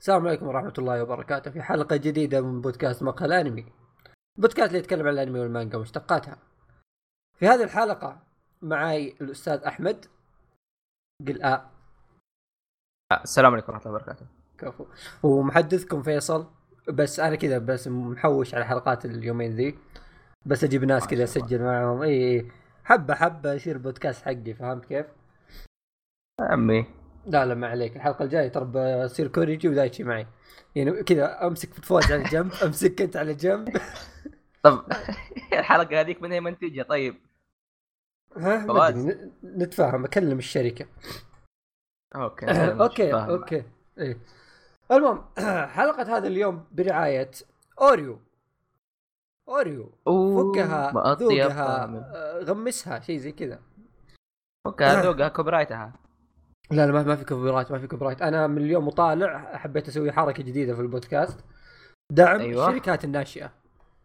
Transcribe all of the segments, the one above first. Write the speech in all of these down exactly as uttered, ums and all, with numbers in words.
السلام عليكم ورحمة الله وبركاته في حلقة جديدة من بودكاست مقهى الأنمي. بودكاست اللي يتكلم عن الأنمي والمانجا ومشتقاتها. في هذه الحلقة معي الأستاذ أحمد قل آ السلام عليكم ورحمة الله وبركاته. كفو. ومحدثكم فيصل، بس أنا كذا بس محوش على حلقات اليومين ذي، بس أجيب ناس كذا أسجل معهم إيه حبة حبة يصير البودكاست حقي. فهمت كيف؟ عمي لا لا ما عليك، الحلقة الجاية ترى بصير كوريجي ودايتشي معي، يعني كذا أمسك فواز على جنب أمسك أنت على جنب. طب الحلقة هذيك من هي منتجة؟ طيب ها ما فواز ادري، نتفاهم. اكلم الشركه. اوكي اوكي اوكي ايه. المهم حلقه هذا اليوم برعايه اوريو. اوريو فكها ذوقها غمسها شيء زي كذا. فكها ذوقها كوبرايتها. لا لا ما ما في كوبرايت، ما في كوبرايت. انا من اليوم مطالع حبيت اسوي حركه جديده في البودكاست، دعم أيوة. الشركات الناشئه.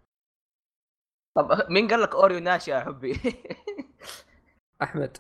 طب مين قال لك اوريو ناشئه يا حبي؟ احمد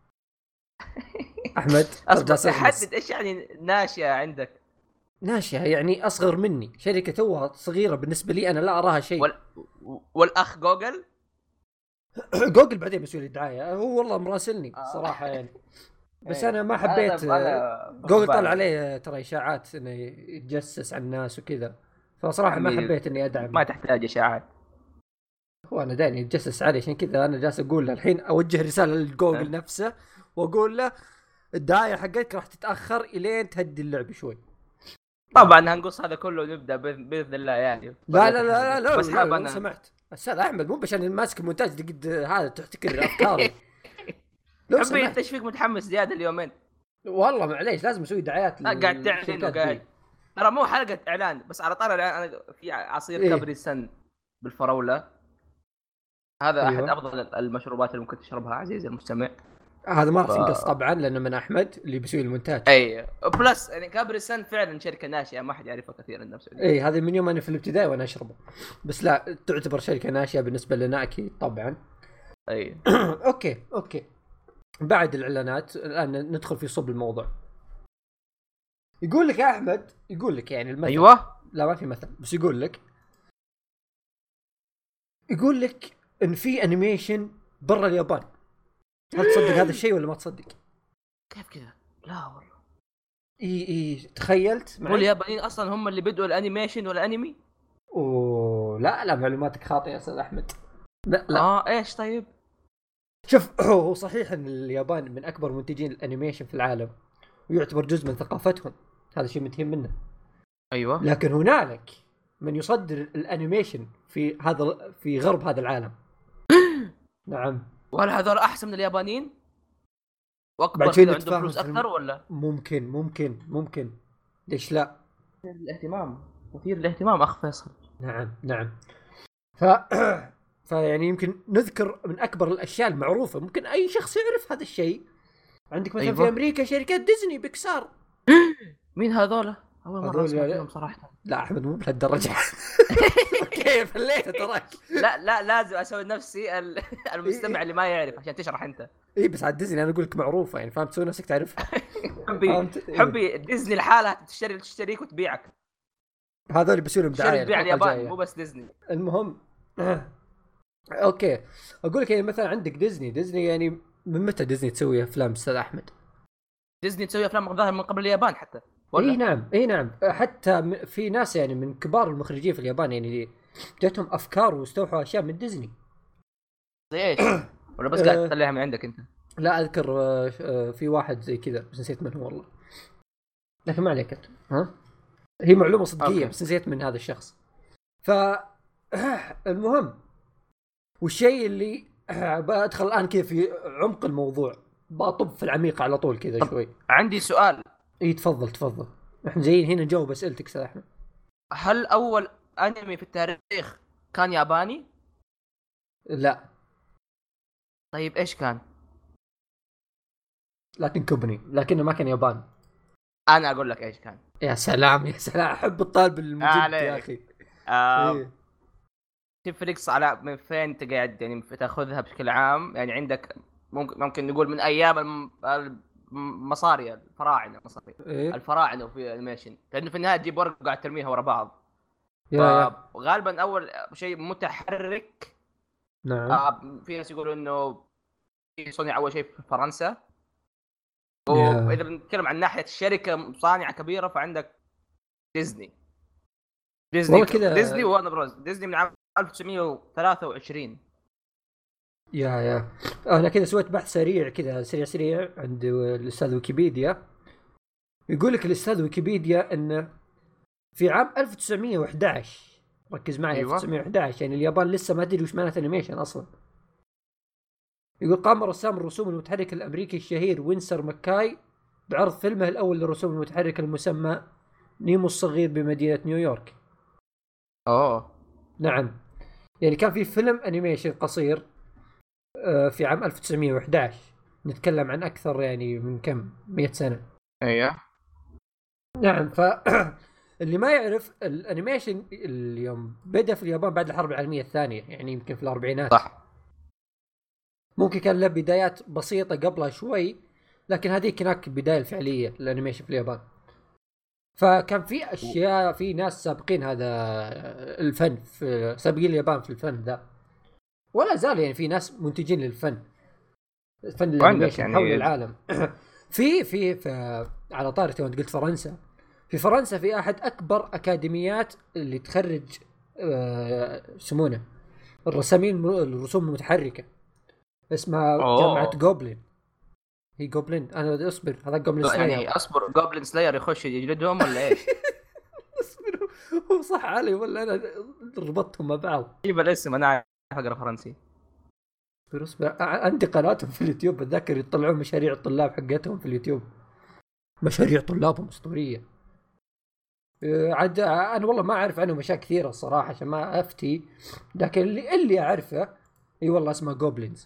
احمد اصبر حدد ايش يعني ناشئه عندك. ناشئه يعني اصغر مني، شركه توها صغيره بالنسبه لي، انا لا اراها شيء. وال... والاخ جوجل جوجل بعدين بيسوي لي دعايه، هو والله مراسلني صراحه يعني. بس انا ما حبيت. جوجل طلع عليه ترى اشاعات انه يتجسس على الناس وكذا، فصراحه ما حبيت اني ادعم. ما تحتاج اشاعات. هو انا داني يتجسس عليه، عشان كذا انا جالس اقول له الحين، اوجه رساله لجوجل نفسه واقول له الدعايه حقتك راح تتاخر الين تهدي اللعب شوي. طبعا هنقص هذا كله ونبدا باذن الله يعني. لا لا لا لا بس حاب انا سمعت استاذ احمد، مو عشان ماسك المونتاج قد هذا تحتكر افكاري. لو حبيت انت ايش فيك متحمس زياده اليومين؟ والله معليش لازم اسوي دعايات. قاعد تعلن وقاعد ترى مو حلقه اعلان بس. على طار انا في عصير إيه؟ كابري سن بالفراوله، هذا أيوة. احد افضل المشروبات اللي ممكن تشربها عزيزي المستمع. هذا ما راح ينقص طبعا لانه من احمد اللي بيسوي المونتاج. اي بلس يعني كابري سن فعلا شركه ناشئه ما حد يعرفها كثير عندنا بسعوديه. اي هذه من يوم انا في الابتدائي وانا اشربه، بس لا تعتبر شركه ناشئه بالنسبه لنا اكيد طبعا. اي اوكي اوكي بعد الاعلانات الان ندخل في صلب الموضوع. يقول لك يا احمد، يقول لك يعني المثل. ايوه لا ما في مثل، بس يقول لك يقول لك ان في انيميشن برا اليابان. هل تصدق هذا الشيء ولا ما تصدق؟ كيف كذا؟ لا والله. اي اي تخيلت معي واليابانيين اصلا هم اللي بدوا الانيميشن والانمي. اوه لا لا معلوماتك خاطئه يا استاذ احمد. لا لا اه ايش طيب؟ شوف هو صحيح ان اليابان من اكبر منتجين الانيميشن في العالم ويعتبر جزء من ثقافتهم، هذا شيء متهم منه. ايوه لكن هنالك من يصدر الانيميشن في هذا في غرب هذا العالم. نعم. وهل هذول احسن من اليابانيين؟ واكبر كذا عندهم فلوس اكثر ولا؟ ممكن ممكن ممكن ليش لا؟ الاهتمام مثير الاهتمام اخ فيصل. نعم نعم. ف فيعني يمكن نذكر من اكبر الاشياء المعروفه، ممكن اي شخص يعرف هذا الشيء. عندك مثلا أيوة. في امريكا شركات ديزني بيكسار. مين هذول؟ اول مره اسمع فيهم صراحه. لا احمد مو بهالدرجه. كيف خليته تراك. لا لا لازم اسوي نفسي المستمع اللي ما يعرف عشان تشرح انت. اي بس على ديزني انا اقول لك معروفه يعني، فهمت؟ تسوي نفسك تعرفها. حبي حبي ديزني لحالها تشتري تشتريك وتبيعك. هذول اللي بيسوون دعايه تبيع اليابان مو بس ديزني. المهم اوكي اقول لك يعني مثلا عندك ديزني ديزني يعني من متى ديزني تسوي افلام استاذ احمد؟ ديزني تسوي افلام ظاهر من قبل اليابان حتى. اي نعم اي نعم، حتى في ناس يعني من كبار المخرجين في اليابان يعني جاتهم افكار واستوحوا اشياء من ديزني. زي ايش؟ ولا بس قاعد تطلعها من عندك انت؟ لا اذكر في واحد زي كذا بس نسيت من هو والله، لكن ما عليك. ها هي معلومه صدقيه أوكي. بس نسيت من هذا الشخص. ف المهم والشيء اللي بدخل الان كذا في عمق الموضوع، بطب في العميق على طول كذا شوي. عندي سؤال. اي تفضل تفضل، احنا جايين هنا نجاوب اسئلتك استاذ احمد. هل اول انمي في التاريخ كان ياباني؟ لا. طيب ايش كان؟ لكن كوبني، لكنه ما كان ياباني. انا اقول لك ايش كان. يا سلام يا سلام، احب الطالب المجد يا اخي. آه. إيه؟ تفرق على من فين انت قاعد يعني تاخذها بشكل عام، يعني عندك ممكن ممكن نقول من ايام مصاري الفراعنه مصاري إيه؟ الفراعنه وفي الانيميشن، لانه في النهايه تجيب ورقه وقاعد ترميها ورا بعض. يا يا فغالبا اول شيء متحرك. نعم. آه في ناس يقولوا انه صنع اول شيء في فرنسا. يا واذا بنتكلم عن ناحيه الشركه صانعه كبيره فعندك ديزني. ديزني والله كذا. ديزني وانا بروز ديزني من عام ألف وتسعمية وثلاثة وعشرين. يا يا انا كذا سويت بحث سريع كذا سريع سريع عند الاستاذ ويكيبيديا. يقول لك الاستاذ ويكيبيديا انه في عام ألف وتسعمية وأحد عشر، ركز معي، أيوة. ألف وتسعمية وأحد عشر يعني اليابان لسه ما تدري وش معناته انيميشن اصلا. يقول قام رسام الرسوم المتحركه الامريكي الشهير وينسر ماكاي بعرض فيلمه الاول للرسوم المتحركه المسمى نيمو الصغير بمدينه نيويورك. اوه نعم، يعني كان في فيلم انيميشن قصير في عام ألف وتسعمية وأحد عشر، نتكلم عن اكثر يعني من كم مئة سنه. ايوه نعم. ف اللي ما يعرف الانيميشن اليوم بدا في اليابان بعد الحرب العالميه الثانيه، يعني يمكن في الاربعينات. صح. ممكن كان له بدايات بسيطه قبلها شوي، لكن هذه كانت البدايه الفعليه للانيميشن في اليابان. فكان في اشياء، في ناس سابقين هذا الفن، في سابقين اليابان في الفن ذا، ولا زال يعني في ناس منتجين للفن، فن الانيميشن يعني حول العالم. في في في على طاري وانت قلت فرنسا، في فرنسا في احد اكبر اكاديميات اللي تخرج آه سمونه الرسامين الرسوم المتحركه، اسمها أوه. جامعه جوبلين. هي جوبلين، انا اصبر هذا جوبلين سلاير. يعني اصبر جوبلين سلاير يخش يجلدهم ولا ايش؟ اصبر، هو صح علي ولا انا ربطتهم مع بعض؟ جيب الاسم انا عارف اقرا فرنسي. اصبر اصبر، عندي قناتهم في اليوتيوب بتذكر يطلعون مشاريع الطلاب حقتهم في اليوتيوب، مشاريع طلابهم اسطوريه. عاد انا والله ما اعرف عنهم اشياء كثيره الصراحه عشان ما افتي، لكن اللي اللي اعرفه اي والله اسمه جوبلينز.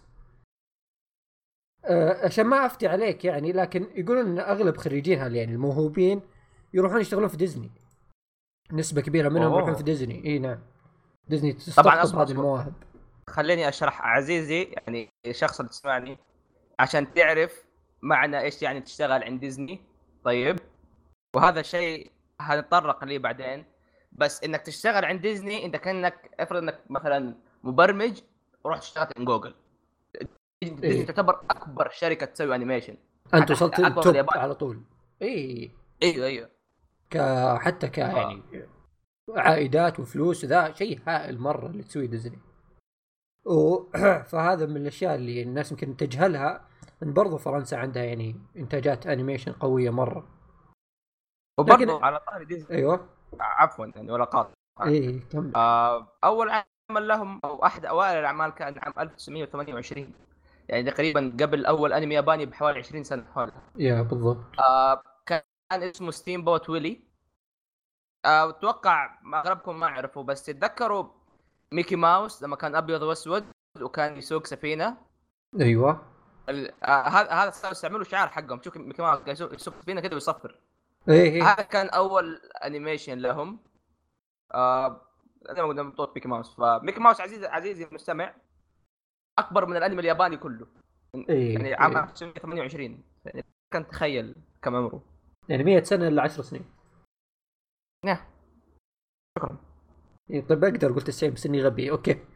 عشان ما افتي عليك يعني، لكن يقولون ان اغلب خريجينها يعني الموهوبين يروحون يشتغلون في ديزني، نسبه كبيره منهم أوه. يروحون في ديزني. اي نعم، ديزني تستقطب هذه المواهب. خليني اشرح عزيزي، يعني الشخص اللي تسمعني عشان تعرف معنى ايش يعني تشتغل عند ديزني. طيب، وهذا الشيء هنتطرق ليه بعدين. بس انك تشتغل عند ديزني انت كانك افرض انك مثلا مبرمج ورحت اشتغلت عند جوجل. ديزني إيه؟ تعتبر اكبر شركه تسوي انيميشن. انت وصلت التوب على طول. اي ايوه ايوه ك حتى ك يعني عائدات وفلوس ذا شيء هائل مره اللي تسوي ديزني. و... فهذا من الاشياء اللي الناس يمكن تجهلها، ان برضو فرنسا عندها يعني انتاجات انيميشن قويه مره. وبرضو لكن... على طاري ديزني، ايوه عفوا يعني ولا قاطع. ايه كمل. آه اول عمل لهم او احد اوائل الاعمال كان عام ألف وتسعمية وثمانية وعشرين، يعني تقريبا قبل اول انمي ياباني بحوالي عشرين سنه حولها. يا بالضبط. آه كان اسمه ستيم بوت ويلي. آه اتوقع اغلبكم ما يعرفوا، بس تتذكروا ميكي ماوس لما كان ابيض واسود وكان يسوق سفينه؟ ايوه هذا آه هذا صار يستعملوا شعار حقهم. شوف ميكي ماوس يسوق سفينه كده ويصفر. ايه ايه هذا كان اول انيميشن لهم. آه زي ما قلنا بطولة ميكي ماوس. فميكي ماوس عزيزي عزيزي المستمع اكبر من الانمي الياباني كله. إيه يعني عام إيه. ألف وتسعمية وثمانية وعشرين، يعني كان تخيل كم عمره، يعني مئة سنه الا عشر سنين. نه شكرا. إيه طيب اقدر قلت تسعين بس اني غبي. اوكي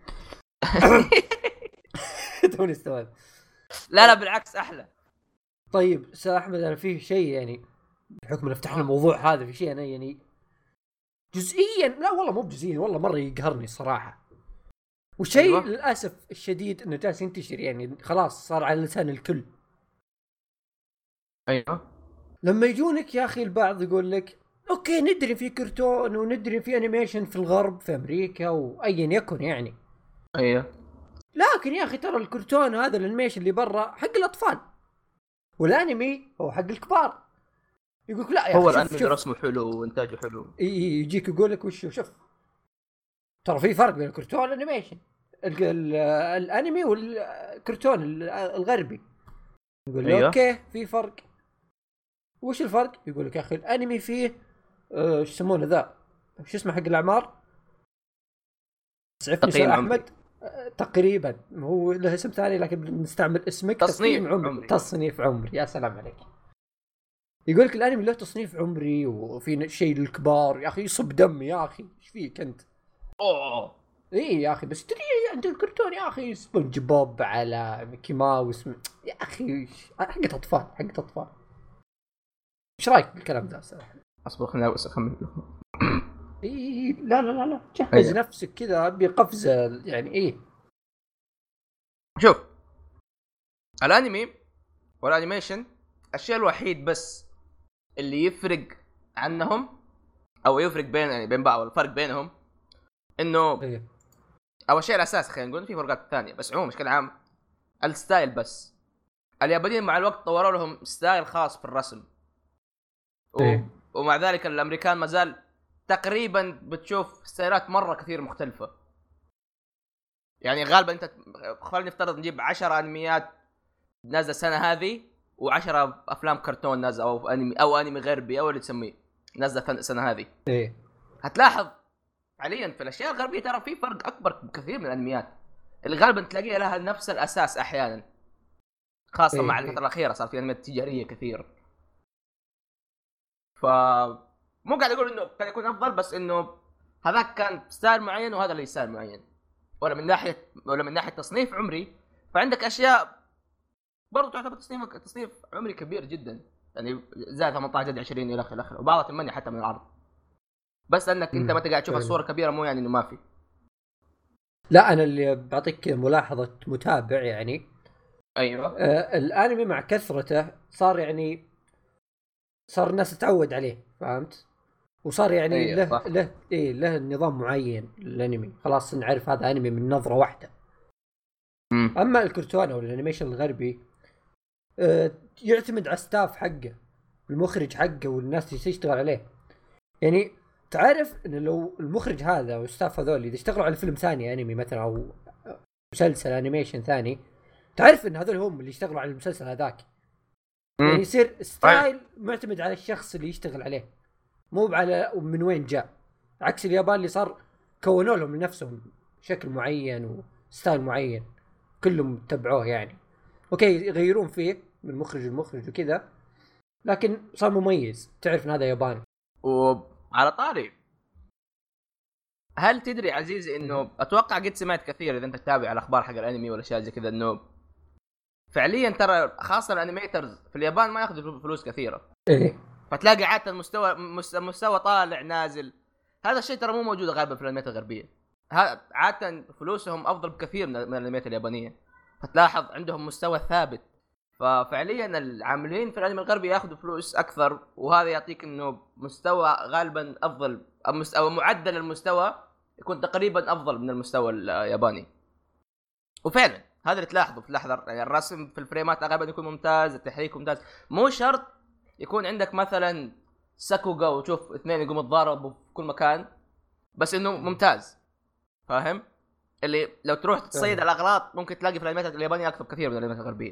توني استوعب. لا لا بالعكس احلى. طيب استاذ احمد، انا فيه شيء يعني بحكم فتحنا الموضوع هذا، في شيء انا يعني جزئيا، لا والله مو بجزئيا، والله مره يقهرني الصراحه. وشيء أيوة. للاسف الشديد انه جالس ينتشر، يعني خلاص صار على لسان الكل. ايوه لما يجونك يا اخي البعض يقول لك اوكي ندري في كرتون وندري في انيميشن في الغرب في امريكا وايا يكن يعني، ايوه، لكن يا اخي ترى الكرتون هذا الانيميشن اللي برا حق الاطفال والانمي هو حق الكبار. يقولك لا يا هو اخي الانمي رسمه حلو وانتاجه حلو. يجيك يقول لك وش شوف ترى في فرق بين الكرتون والانيميشن، الانمي والكرتون الغربي. يقول له أيوه. اوكي في فرق. وش الفرق؟ يقول لك يا اخي الانمي فيه ايش أه يسمونه ذا، ايش اسمه حق الاعمار، اسعفني سؤال احمد. أه تقريبا هو له اسم ثاني لكن نستعمل اسمك. تصنيف عمر. عمري. تصنيف عمري. يا سلام عليك. يقول لك الانمي له تصنيف عمري وفي شيء للكبار. يا اخي يصب دم يا اخي، ايش فيك انت؟ اوه ايه يا اخي بس تدري عند الكرتون يا اخي سبونج بوب على ميكي ماوس م... يا اخي حقت اطفال حقت اطفال. ايش رايك بالكلام ده صراحه؟ اصبر خليني بس اخمن. ايه لا لا لا لا جهز أيه. نفسك كذا ابي قفزه يعني. ايه شوف الانمي والانيميشن الشيء الوحيد بس اللي يفرق عنهم او يفرق بين يعني بين بعض الفرق بينهم انه ايه او الشيء الاساسي خلينا نقول في فرقات ثانيه بس عموما بشكل عام الستايل بس. اليابانيين مع الوقت طوروا لهم ستايل خاص في الرسم و... إيه. ومع ذلك الامريكان ما زال تقريبا بتشوف ستايلات مره كثير مختلفه. يعني غالبا انت خلينا نفترض نجيب عشرة انميات نازله السنه هذه وعشرة افلام كرتون نازله او انمي او انمي غربي او اللي تسميه نازله السنه هذه. ايه هتلاحظ حاليا في الاشياء الغربيه ترى في فرق اكبر بكثير من الانميات اللي غالبا تلاقيها لها نفس الاساس احيانا، خاصه إيه. مع إيه. الفتره الاخيره صار في انميات تجاريه كثير. ف مو قاعد اقول انه كان يكون افضل بس انه هذاك كان ستايل معين وهذا اللي ستايل معين، ولا من ناحيه ولا من ناحيه تصنيف عمري فعندك اشياء برضو تعتبر تصنيف تصنيف عمري كبير جدا يعني زائد ثمانية عشر زائد عشرين الى اخره وبعضها ثمانية حتى من العرض، بس انك انت ما قاعد تشوف الصوره كبيره مو يعني انه ما في. لا انا اللي بعطيك ملاحظه متابع يعني. ايوه آه الانمي مع كثرته صار يعني صار الناس تتعود عليه فهمت، وصار يعني أيوة له صح. له ايه له نظام معين للانمي خلاص نعرف هذا انمي من نظره واحده. مم. اما الكرتون او الانيميشن الغربي آه يعتمد على ستاف حقه، المخرج حقه والناس اللي تشتغل عليه. يعني تعرف ان لو المخرج هذا والستاف هذول اذا اشتغلوا على فيلم ثاني انمي مثلا او مسلسل انيميشن ثاني تعرف ان هذول هم اللي يشتغلوا على المسلسل هذاك. يعني يصير ستايل معتمد على الشخص اللي يشتغل عليه مو على من وين جاء، عكس اليابان اللي صار كونوا لهم لنفسهم شكل معين وستايل معين كلهم تبعوه يعني. اوكي يغيرون فيه من مخرج لمخرج وكذا لكن صار مميز تعرف ان هذا ياباني. وعلى طاري هل تدري عزيزي انه اتوقع قد سمعت كثير اذا انت تتابع الاخبار حق الانمي ولا اشياء زي كذا انه فعليا ترى خاصه الانيميترز في اليابان ما ياخذوا فلوس كثيره. ايه فتلاقي عاده المستوى مستوى طالع نازل. هذا الشيء ترى مو موجود غالبا في الانميات الغربيه. عاده فلوسهم افضل بكثير من الانميات اليابانيه، فتلاحظ عندهم مستوى ثابت. ففعليا العاملين في الانمي الغربي ياخذوا فلوس اكثر وهذا يعطيك انه مستوى غالبا افضل او معدل المستوى يكون تقريبا افضل من المستوى الياباني. وفعلا هذا اللي تلاحظه في لحظه يعني الرسم في الفريمات غالبا يكون ممتاز، التحريك ممتاز. مو شرط يكون عندك مثلا ساكوغا وتشوف اثنين يقوموا يتضاربوا في كل مكان بس انه ممتاز فاهم. اللي لو تروح تصيد الاغلاط ممكن تلاقي في الانميات اليابانيه اكثر كثير من الانميات الغربيه.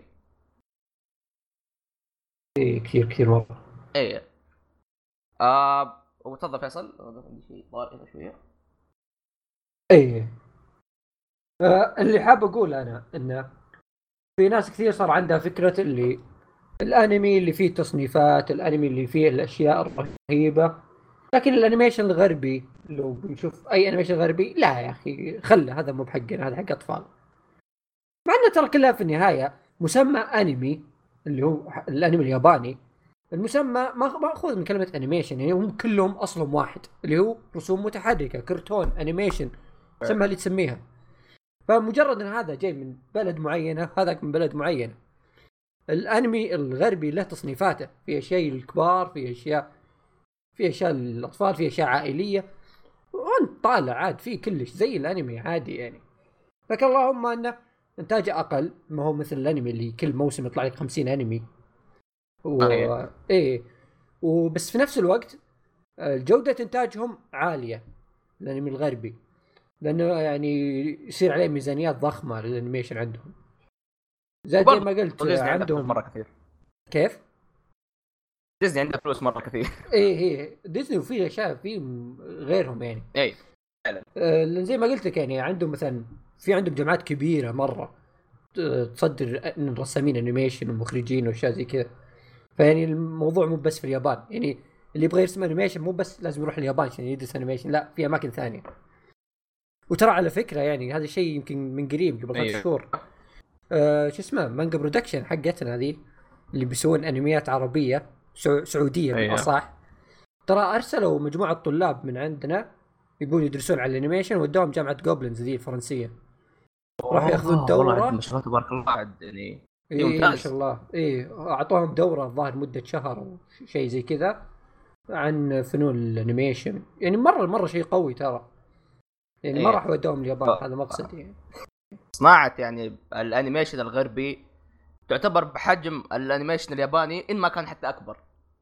ايه كثير كثير مره. ايه اه وتفضل فيصل عندي شيء طارئ هنا شويه. ايه آه اللي حاب اقول انا انه في ناس كثير صار عندها فكره اللي الانمي اللي فيه تصنيفات الانمي اللي فيه الاشياء الرهيبه، لكن الانيميشن الغربي لو بنشوف اي انيميشن غربي لا يا اخي خله هذا مو بحقنا هذا حق اطفال. مع انه ترى كلها في النهايه مسمى انمي اللي هو الانمي الياباني. المسمى ماخوذ من كلمه انيميشن يعني هم كلهم اصلهم واحد اللي هو رسوم متحركه كرتون انيميشن سمها اللي تسميها. فمجرد ان هذا جاي من بلد معينه هذاك من بلد معينه. الانمي الغربي له تصنيفاته في اشياء الكبار في اشياء في اشياء الاطفال في اشياء عائليه وانت طالع عاد في كلش زي الانمي عادي يعني. لكن اللهم انه انتاجه اقل ما هو مثل الانمي اللي كل موسم يطلع لك خمسين انمي و... ايه وبس في نفس الوقت جودة انتاجهم عالية الانمي الغربي لانه يعني يصير عليه ميزانيات ضخمة للانيميشن عندهم زي ما قلت عندهم مرة كثير. كيف ديزني عنده فلوس مرة كثير. ايه ايه ديزني وفي اشياء في غيرهم يعني ايه آه زي ما قلت لك يعني عندهم مثلا في عندهم جامعات كبيرة مرة تصدر رسامين انيميشن ومخرجين واشياء زي كذا. فيعني الموضوع مو بس في اليابان، يعني اللي يبغى يرسم انيميشن مو بس لازم يروح اليابان عشان يدرس انيميشن، لا في اماكن ثانيه. وترى على فكره يعني هذا الشيء يمكن من قريب قبل ثلاث أيوه. شهور أه شو اسمه مانجا برودكشن حقتنا هذه اللي بيسوون انميات عربيه سع... سعوديه أيوه. بالاصح، ترى ارسلوا مجموعه طلاب من عندنا يبون يدرسون على الانيميشن ودوهم جامعه جوبلنز ذي الفرنسيه، راحوا ياخذون والله دوره. ما شاء الله تبارك الله عاد يعني اي ممتاز. ما شاء الله. اي اعطوهم دوره الظاهر مده شهر او شيء زي كذا عن فنون الانيميشن، يعني مره مره شيء قوي ترى، يعني ما إيه. راح ودوهم اليابان، هذا مقصدي يعني. صناعة يعني الانيميشن الغربي تعتبر بحجم الانيميشن الياباني ان ما كان حتى اكبر.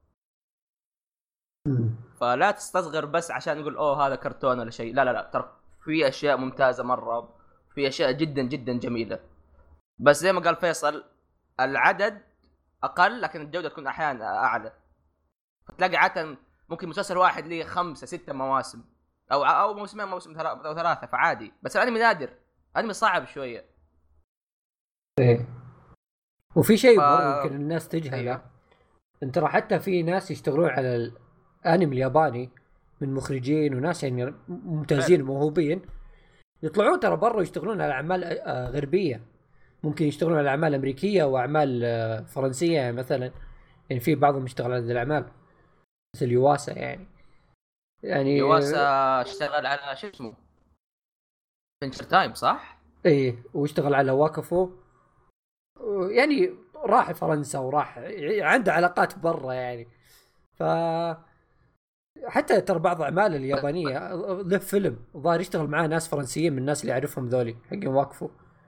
فلا تستصغر بس عشان نقول اوه هذا كرتون ولا شيء، لا لا لا، ترى في اشياء ممتازة مرة، في اشياء جدا جدا جميلة، بس زي ما قال فيصل العدد اقل لكن الجودة تكون احيانا اعلى. فتلاقي عادة ممكن مسلسل واحد ليه خمسة ستة مواسم او او موسمين موسم او ثلاثة، فعادي. بس الانمي نادر، انمي صعب شوية. ايه وفي شيء ف... برضه يمكن الناس تجهله. أيوه. انت ترى حتى في ناس يشتغلون على الانمي الياباني من مخرجين وناس يعني ممتازين وموهوبين، يطلعون ترى برا يشتغلون على اعمال آه، غربيه، ممكن يشتغلون على اعمال امريكيه واعمال آه، فرنسيه يعني مثلا، يعني في بعضهم يشتغل على هذه الاعمال مثل يواسا يعني يعني يواسا اشتغل على شو اسمه فينشر تايم صح؟ ايه واشتغل على واكفو، يعني راح فرنسا وراح عنده علاقات برا يعني. ف حتى ترى بعض اعمال اليابانيه له فيلم ظاهر يشتغل معاه ناس فرنسيين من الناس اللي يعرفهم ذولي حقين واقفوا،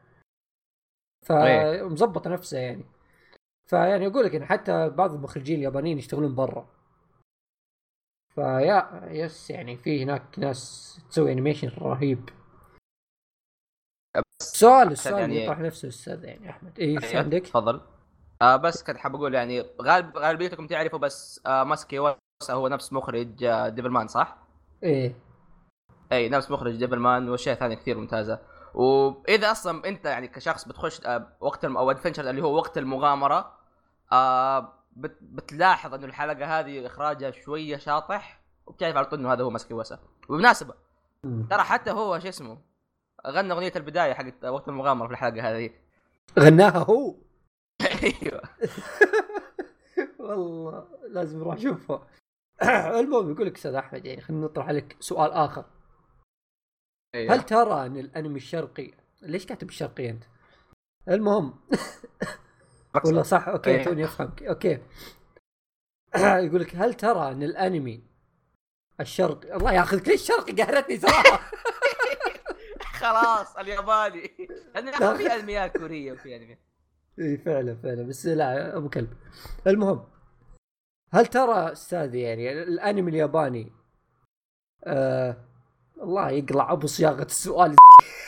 ايه فمزبط نفسه يعني. فيعني اقول لك ان حتى بعض المخرجين اليابانيين يشتغلون برا، فيا يس يعني في هناك ناس تسوي انيميشن رهيب. سؤال السؤال اللي يعني يطرح نفسه استاذ يعني احمد، ايش أيوه. عندك؟ تفضل. آه بس كنت حاب اقول يعني غالب غالبيتكم تعرفوا، بس آه ماسكي واسا هو نفس مخرج آه ديفلمان صح؟ ايه اي نفس مخرج ديفلمان واشياء ثانيه كثير ممتازه. واذا اصلا انت يعني كشخص بتخش آه وقت الم... او ادفنشر اللي هو وقت المغامره، آه بت... بتلاحظ انه الحلقه هذه اخراجها شويه شاطح، وبتعرف على طول انه هذا هو ماسكي واسا. وبمناسبه ترى حتى هو شو اسمه غنى اغنيه البدايه حقت وقت المغامره في الحلقه هذه. غناها هو. ايوه والله لازم اروح اشوفها. المهم يقول لك استاذ احمد يعني خلينا نطرح عليك سؤال اخر. أيوة. هل ترى ان الانمي الشرقي، ليش كاتب الشرقي انت؟ المهم ولا صح اوكي أيوة. توني افهمك اوكي. يقول لك هل ترى ان الانمي الشرقي، الله ياخذك ليش الشرقي قهرتني صراحه. خلاص الياباني لانه في انميات كوريه وفي انمي. اي فعلا فعلا بس لا ابو كلب. المهم هل ترى استاذ يعني الانمي الياباني آه الله يقلع ابو صياغه السؤال.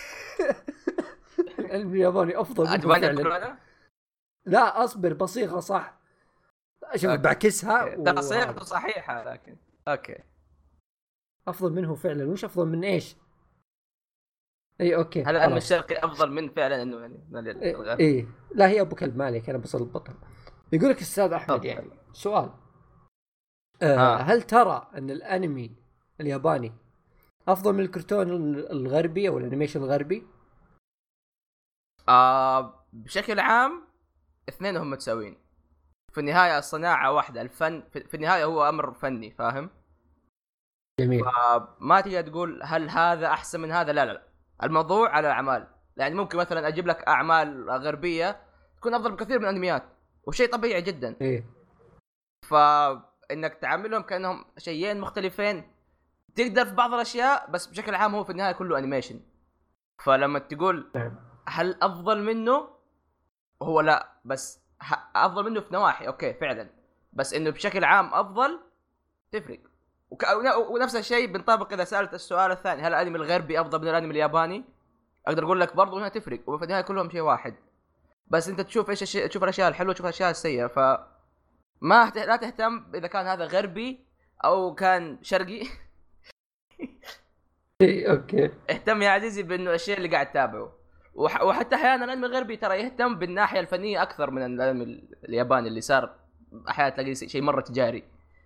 الانمي الياباني افضل منه فعلا. لا اصبر بصيغه صح، شوف بعكسها ترى صيغته صحيحه لكن اوكي افضل منه فعلا. وش افضل من ايش؟ اي اوكي هل الانمي الشرقي افضل من فعلا انه يعني اي إيه. لا هي ابو كلب مالك انا بصل البطل. يقول لك استاذ احمد يعني سؤال آه آه. هل ترى ان الانمي الياباني افضل من الكرتون الغربي او الانيميشن الغربي؟ آه بشكل عام اثنينهم متساويين في النهايه، الصناعه واحده، الفن في النهايه هو امر فني فاهم. جميل. ما تقدر تقول هل هذا احسن من هذا، لا لا لا، الموضوع على الاعمال. يعني ممكن مثلا اجيب لك اعمال غربيه تكون افضل بكثير من الانميات وشيء طبيعي جدا. إيه. فانك تعاملهم كانهم شيئين مختلفين تقدر في بعض الاشياء، بس بشكل عام هو في النهايه كله انيميشن. فلما تقول هل افضل منه، هو لا، بس افضل منه في نواحي اوكي فعلا، بس انه بشكل عام افضل تفرق. وك... ونفس الشيء بنطبق اذا سالت السؤال الثاني هل الانمي الغربي افضل من الانمي الياباني، اقدر اقول لك برضه هنا تفرق، وفي النهايه كلهم شيء واحد. بس انت تشوف ايش الشيء، تشوف الاشياء الحلوه تشوف الاشياء السيئه. ف ما لا تهتم اذا كان هذا غربي او كان شرقي. اوكي اهتم يا عزيزي بانه الشيء اللي قاعد تتابعه. وح... وحتى احيانا الانمي الغربي ترى يهتم بالناحيه الفنيه اكثر من الانمي الياباني اللي صار احيانا تلاقي شيء مره تجاري.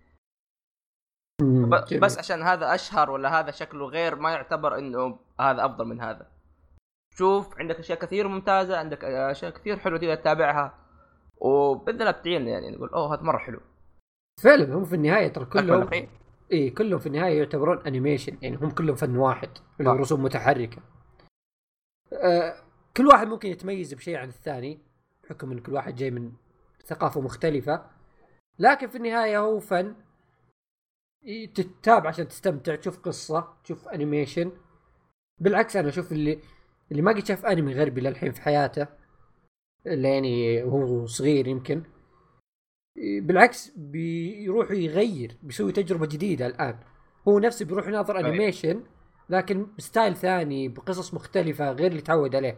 مم، ب- جميل. بس عشان هذا اشهر ولا هذا شكله غير ما يعتبر انه هذا افضل من هذا. شوف عندك اشياء كثير ممتازه، عندك اشياء كثير حلوه تقدر تتابعها وباذن الله بتعين يعني نقول اوه هذا مره حلو. فعلا هم في النهايه ترى أكمل كلهم أخي. اي كلهم في النهايه يعتبرون انيميشن، يعني هم كلهم فن واحد اللي هو صح. رسوم متحركه. آه كل واحد ممكن يتميز بشيء عن الثاني بحكم ان كل واحد جاي من ثقافه مختلفه، لكن في النهايه هو فن تتابع عشان تستمتع، تشوف قصه، تشوف انيميشن. بالعكس انا اشوف اللي اللي ما قد شاف انمي غربي للحين في حياته، اللي يعني وهو صغير يمكن، بالعكس بيروح يغير، بيسوي تجربة جديدة الآن. هو نفسه بيروح يناظر أيوة. أنيميشن لكن بستايل ثاني بقصص مختلفة غير اللي تعود عليه.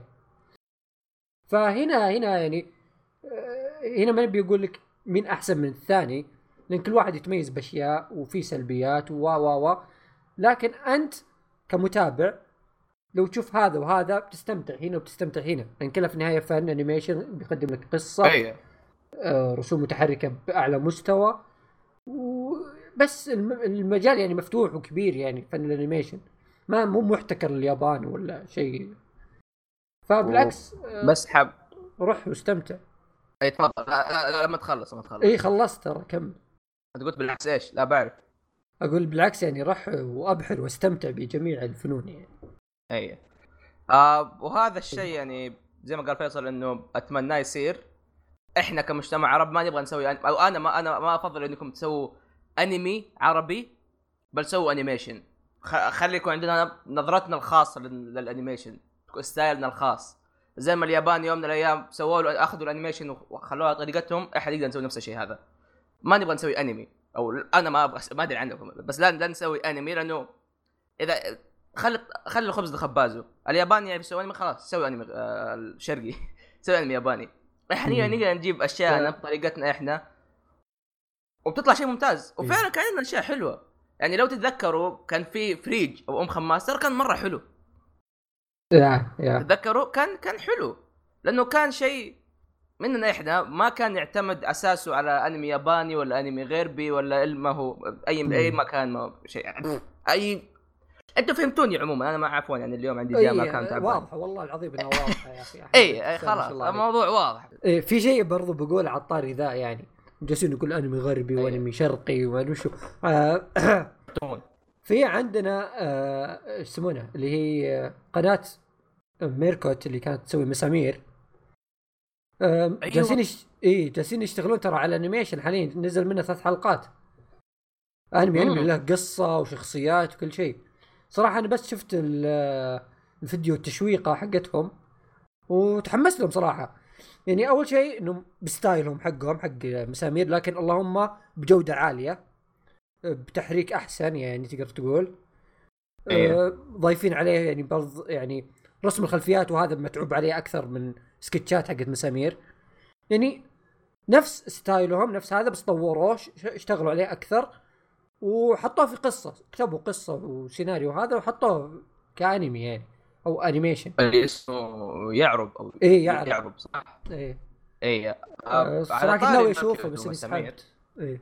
فهنا هنا يعني آه، هنا ما بيقول لك مين أحسن من الثاني، لأن كل واحد يتميز بأشياء وفي سلبيات و و و لكن أنت كمتابع لو تشوف هذا وهذا بتستمتع هنا وبتستمتع هنا، لأن كلها في النهاية فن أنيميشن بيقدم لك قصة، ايوه آه، رسوم متحركة بأعلى مستوى. وبس الم- المجال يعني مفتوح وكبير، يعني فن الانيميشن ما مو محتكر اليابان ولا شيء. فبالعكس آه، بس حاب روح واستمتع. اي تفضل. لا- لا- لا، لما تخلص لما تخلص اي خلصت ترى كم. انت قلت بالعكس ايش؟ لا بعرف. اقول بالعكس يعني روح وابحر واستمتع بجميع الفنون يعني. اي آه وهذا الشيء يعني زي ما قال فيصل انه اتمناه يصير. احنا كمجتمع عرب ما نبغى نسوي أن... او انا ما انا ما افضل انكم تسووا انمي عربي، بل سووا انيميشن. خ... خلي يكون عندنا نظرتنا الخاصه لل... للانيميشن، ستايلنا الخاص. زي ما اليابان يوم من الايام سووا له اخذوا الانيميشن وخلوها طريقتهم، احنا نقدر نسوي نفس الشيء هذا. ما نبغى نسوي انمي، او انا ما ابغى ما ادري عنكم، بس لا لا نسوي انمي لانه اذا خلي خلي الخبز لخبازه. الياباني يعني بيسوي انمي خلاص سوي انمي آه الشرقي سوي انمي ياباني. احنا نقدر نجيب اشياءنا بطريقتنا احنا وبتطلع شيء ممتاز. وفعلا كان عندنا اشياء حلوه يعني. لو تتذكروا كان في فريج او ام خماس ترى كان مره حلو. يا يا تتذكروا كان كان حلو لانه كان شيء مننا احنا، ما كان يعتمد اساسه على انمي ياباني ولا انمي غربي ولا ما هو اي اي مكان ما شيء اي. انتوا فهمتوني عموما. انا ما عفوا يعني اليوم عندي جامعه كانت تعبان. واضحه والله العظيم انها واضحه يا اخي. اي اي خلاص الموضوع واضح. إيه في شيء برضو بقول على الطاري ذا، يعني جالسين نقول انمي غربي وانمي شرقي وما شو آه في عندنا آه، ايش يسمونها اللي هي آه، قناه ميركوت اللي كانت تسوي مسامير. آه، أيوة. جالسين يش... ايه جالسين يشتغلون ترى على انيميشن حاليا، نزل منه ثلاث حلقات. انمي انمي له قصه وشخصيات وكل شيء. صراحه انا بس شفت الفيديو التشويقه حقتهم وتحمست لهم صراحه. يعني اول شيء انه بستايلهم حقهم حق مسامير، لكن اللهم بجوده عاليه بتحريك احسن يعني تقدر تقول. أيوة. أه ضايفين عليه يعني برض يعني رسم الخلفيات وهذا متعوب عليه اكثر من سكتشات حقت مسامير. يعني نفس ستايلهم نفس هذا، بس طوروه اشتغلوا عليه اكثر وحطوه في قصه، كتبوا قصه وسيناريو هذا وحطوه كانمي يعني او انيميشن. اللي اسمه يعرب او ايه يعرب, يعرب صح. ايه ايه آه صراحه كنت ناوي اشوفه بس اني سحبت. ايه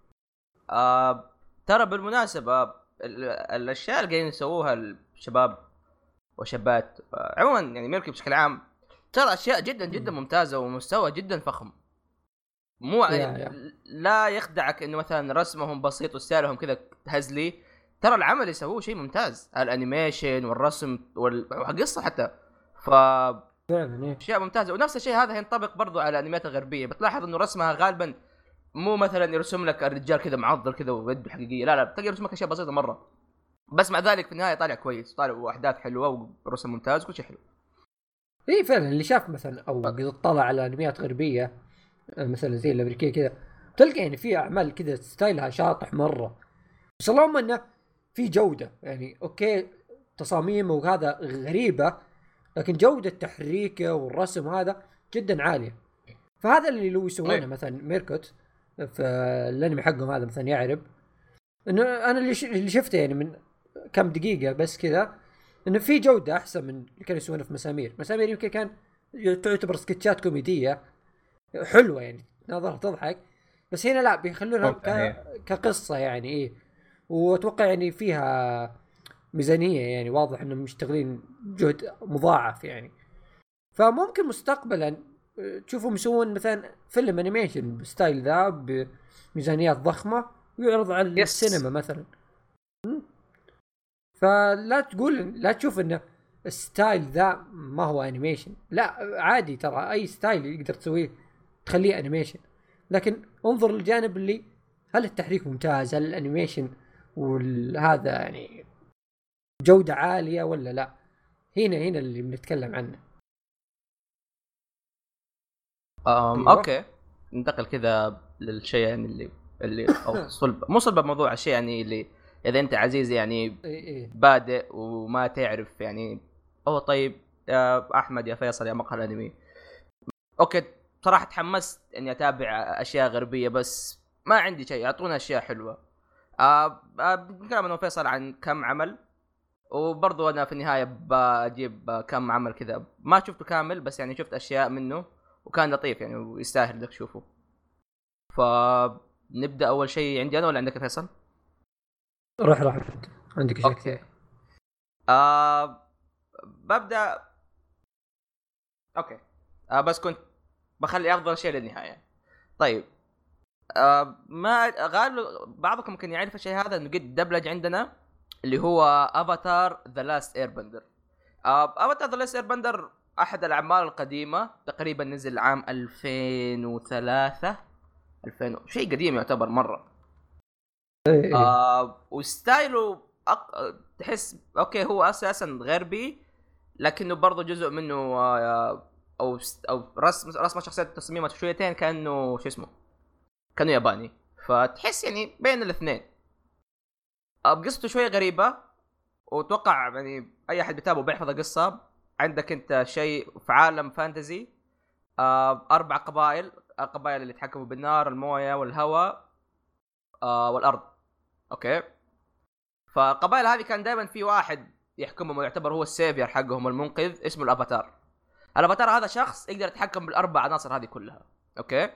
آه ترى بالمناسبه ال- الاشياء اللي قاعدين يسووها الشباب وشابات آه عموما يعني ميركي بشكل عام ترى اشياء جدا جدا ممتازه ومستوى جدا فخم. مو يا يعني يا. لا يخدعك انه مثلا رسمهم بسيط وستايلهم كذا هزلي. ترى العمل اللي يسووه شيء ممتاز، الانيميشن والرسم والقصه حتى. ف فعلا اشياء ممتازه. ونفس الشيء هذا ينطبق برضو على الانميات الغربيه. بتلاحظ انه رسمها غالبا مو مثلا يرسم لك الرجال كذا معضل كذا ويده حقيقيه، لا لا تلقى يرسم لك اشياء بسيطه مره، بس مع ذلك في النهايه طالع كويس، طالع واحداث حلوه ورسم ممتاز وكل شيء حلو. ايه فعلا اللي شاف مثلا او قد اطلع على انميات غربيه مثلا زي الامريكيه كذا تلقى يعني في اعمال كذا ستايلها شاطح مره، بس اللهم انه في جوده. يعني اوكي تصاميمه وهذا غريبه، لكن جوده تحريكه والرسم هذا جدا عاليه. فهذا اللي لو يسوونه مثلا ميركوت في الانمي حقهم هذا مثلا يعرب انه انا اللي, ش... اللي شفته يعني من كم دقيقه بس كذا انه في جوده احسن من اللي كانوا يسوونه في مسامير. مسامير يمكن كان تعتبر سكتشات كوميديه حلوه يعني نظرها تضحك، بس هنا لا بيخلونها ممكن، إيه. ك... كقصه يعني ايه. واتوقع يعني فيها ميزانيه، يعني واضح انهم مشتغلين جهد مضاعف يعني. فممكن مستقبلا آه، تشوفهم يسوون مثلا فيلم انيميشن بستايل ذا بميزانيات ضخمه ويعرض على يس. السينما مثلا. م? فلا تقول لا تشوف انه الستايل ذا ما هو انيميشن، لا عادي، ترى اي ستايل يقدر تسويه تخليه انيميشن. لكن انظر للجانب اللي هل التحريك ممتاز، هل الانيميشن وهذا يعني جودة عالية ولا لا. هنا هنا اللي بنتكلم عنه. أم أيوة. اوكي، ننتقل كذا للشيء يعني اللي اللي او صلب مو صلب الموضوع، الشيء يعني اللي اذا انت عزيز يعني إيه إيه. بادئ وما تعرف يعني. اوه طيب يا احمد يا فيصل يا مقهى الانمي، اوكي صراحه تحمست اني اتابع اشياء غربيه بس ما عندي شيء، يعطونا اشياء حلوه. آه آه بنتكلم انا وفيصل عن كم عمل، وبرضو انا في النهايه بجيب كم عمل كذا ما شفته كامل بس يعني شفت اشياء منه وكان لطيف يعني ويستاهل انك تشوفه. فنبدا اول شيء عندي انا ولا عندك يا فيصل؟ روح روح عندك شيء اوكي. كثير. آه ببدا. اوكي. آه بس كنت بخلي افضل شيء للنهايه. طيب. آه ما غالبا بعضكم ممكن يعرف الشيء هذا انه قد دبلج عندنا اللي هو افاتار ذا لاست ايربندر. افاتار ذا لاست ايربندر احد الاعمال القديمه، تقريبا نزل عام ألفين وثلاثة ألفين شيء قديم يعتبر مره. إيه إيه. آه وستايله أق... تحس اوكي هو اساسا غربي لكنه برضه جزء منه آه او او رسم رسم شخصيه تصميمه شويتين كانه شو اسمه كانه ياباني، فتحس يعني بين الاثنين. قصته شويه غريبه واتوقع يعني اي احد بيتابعه بيحفظ القصه. عندك انت شيء في عالم فانتزي، آه اربع قبائل، القبائل اللي يتحكموا بالنار المويه والهواء آه والارض. اوكي. فالقبائل هذه كان دائما في واحد يحكمهم ويعتبر هو السيفير حقهم المنقذ اسمه الافاتار. الافاتار هذا شخص يقدر يتحكم بالاربع عناصر هذه كلها. اوكي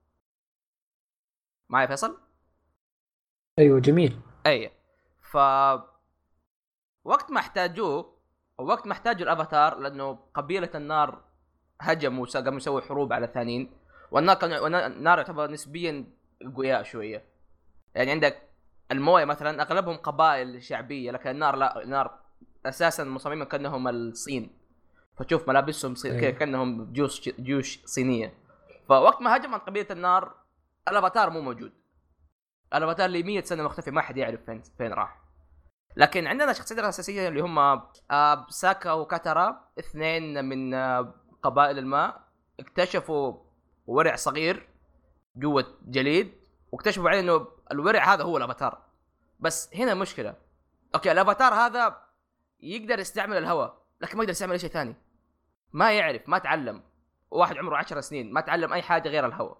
معي فيصل؟ ايوه جميل. اي. ف وقت ما احتاجوه او وقت ما احتاجوا الافاتار لانه قبيله النار هجموا وقاموا يسووا حروب على الثانيين، والنار كان النار يعتبر نسبيا قوياء شويه. يعني عندك المويه مثلا اغلبهم قبائل شعبيه لكن النار لا، النار اساسا مصممين كانهم الصين، فتشوف ملابسهم صي... أيوة. كانهم جيوش جيوش صينيه. فوقت ما هجم عن قبيله النار الافاتار مو موجود، الافاتار اللي مية سنه مختفي ما حد يعرف فين فين راح. لكن عندنا شخصيتين الاساسيه اللي هم آه ساكا وكاتارا، اثنين من آه قبائل الماء اكتشفوا ورع صغير جوه جليد، واكتشفوا بعدين انه الورع هذا هو الافاتار. بس هنا مشكله، اوكي الافاتار هذا يقدر يستعمل الهواء لكن ما يقدر يستعمل اي شيء ثاني، ما يعرف ما تعلم، واحد عمره عشر سنين ما تعلم اي حاجه غير الهواء.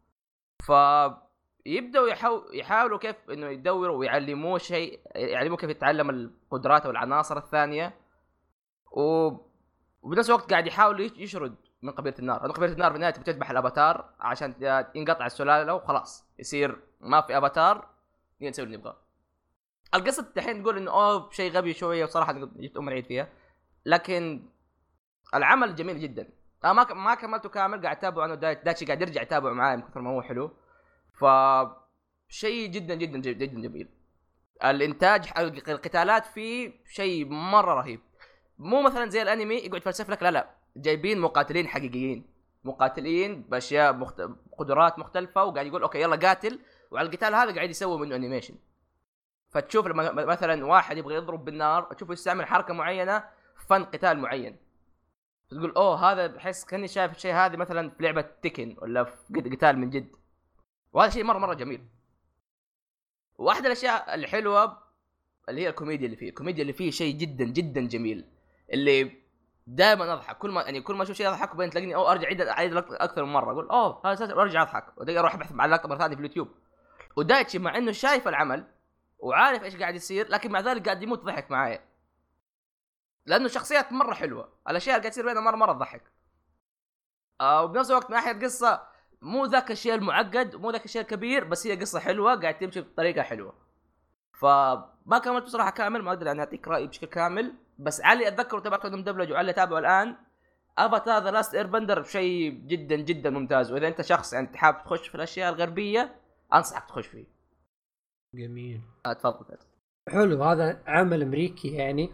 فيبداوا يحاول يحاولوا كيف انه يدوروا ويعلموه شيء، يعلموه كيف يتعلم القدرات والعناصر الثانيه، و... وبنفس الوقت قاعد يحاول يشرد من قبيله النار، لأن قبيله النار بالنهايه بتذبح الافاتار عشان ينقطع السلاله وخلاص يصير ما في افاتار نسوي اللي نبغاه. القصه الحين تقول انه اوه شيء غبي شويه وصراحه جبت ام العيد فيها، لكن العمل جميل جدا. انا ما ما كملته كامل، قاعد اتابعه انا داتشي قاعد يرجع يتابعه معاي من كثر ما هو حلو. ف شيء جدا جدا جدا جميل. الانتاج القتالات فيه شيء مره رهيب، مو مثلا زي الانمي يقعد يفلسف لك، لا لا جايبين مقاتلين حقيقيين، مقاتلين باشياء مخت... قدرات مختلفه، وقاعد يقول اوكي يلا قاتل، وعلى القتال هذا قاعد يسوي منه انيميشن. فتشوف لما مثلا واحد يبغى يضرب بالنار تشوفه يستعمل حركه معينه فن قتال معين، تقول اوه هذا بحس كاني شايف الشيء هذا مثلا في لعبه تيكن ولا في قتال من جد. وهذا شيء مره مره جميل. واحده الاشياء الحلوه اللي هي الكوميديا اللي فيه، الكوميديا اللي فيه شيء جدا جدا جميل، اللي دائما اضحك كل ما يعني كل ما اشوف شيء اضحك وبين تلاقيني او ارجع اعيد اعيد اكثر من مره، اقول اوه هذا اساس وارجع اضحك ودقيقه اروح ابحث مع اللقطه مره ثانيه في اليوتيوب. ودايتشي مع انه شايف العمل وعارف ايش قاعد يصير لكن مع ذلك قاعد يموت ضحك معايا، لانه شخصيات مره حلوه، الاشياء اللي قاعد تصير بينها مره مره تضحك. آه وبنفس الوقت من ناحيه القصه مو ذاك الشيء المعقد، مو ذاك الشيء الكبير، بس هي قصه حلوه قاعد تمشي بطريقه حلوه. فما كملت بصراحه كامل، ما اقدر اني اعطيك رايي بشكل كامل، بس علي اتذكر تبعت له مدبلج وعلي تابعه الان. افاتار ذا لاست ايربندر شيء جدا جدا ممتاز، واذا انت شخص يعني حابب تخش في الاشياء الغربيه انصحك تخش فيه. جميل. آه تفضل. حلو، هذا عمل امريكي يعني.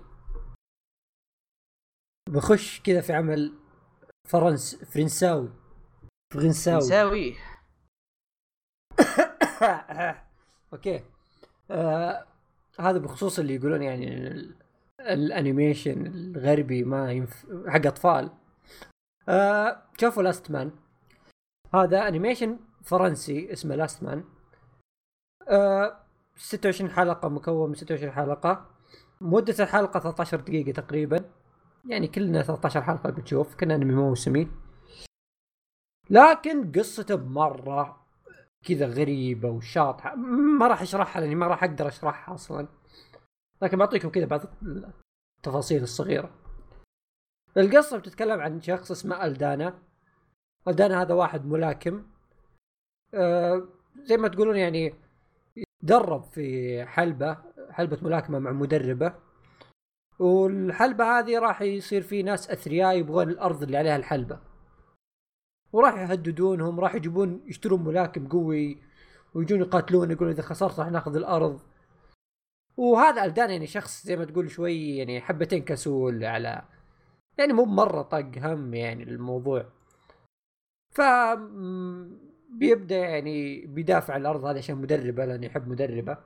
بخش كذا في عمل فرنس فرنساوي فرنساوي نساوي. اوكي. آه هذا بخصوص اللي يقولون يعني ال- الانيميشن الغربي ما ينف... حق اطفال. آه شوفوا لاست مان، هذا انيميشن فرنسي اسمه لاست مان. آه ستة وعشرين حلقة، مكون من ستة وعشرين حلقة، مدة الحلقة ثلاثة عشر دقيقة تقريبا، يعني كلنا ثلاثة عشر حلقة بتشوف كنا انمي موسمي. لكن قصته مرة كذا غريبة وشاطحة، ما راح اشرحها لاني ما راح اقدر اشرحها اصلا، لكن بعطيكم كذا بعض التفاصيل الصغيرة. القصة بتتكلم عن شخص اسمه ألدانا. ألدانا هذا واحد ملاكم، آه زي ما تقولون يعني درب في حلبة حلبة ملاكمة مع مدربة، والحلبة هذه راح يصير في ناس أثرياء يبغون الأرض اللي عليها الحلبة، وراح يهددونهم، راح يجيبون يشترون ملاكم قوي ويجون يقاتلون، يقولون إذا خسرت راح ناخذ الأرض. وهذا ألدان يعني شخص زي ما تقول شوي يعني حبتين كسول، على يعني مو مرة طق هم يعني الموضوع. ف بيبدأ يعني بيدافع عن الأرض هذا عشان مدربة، لأنه يحب مدربة.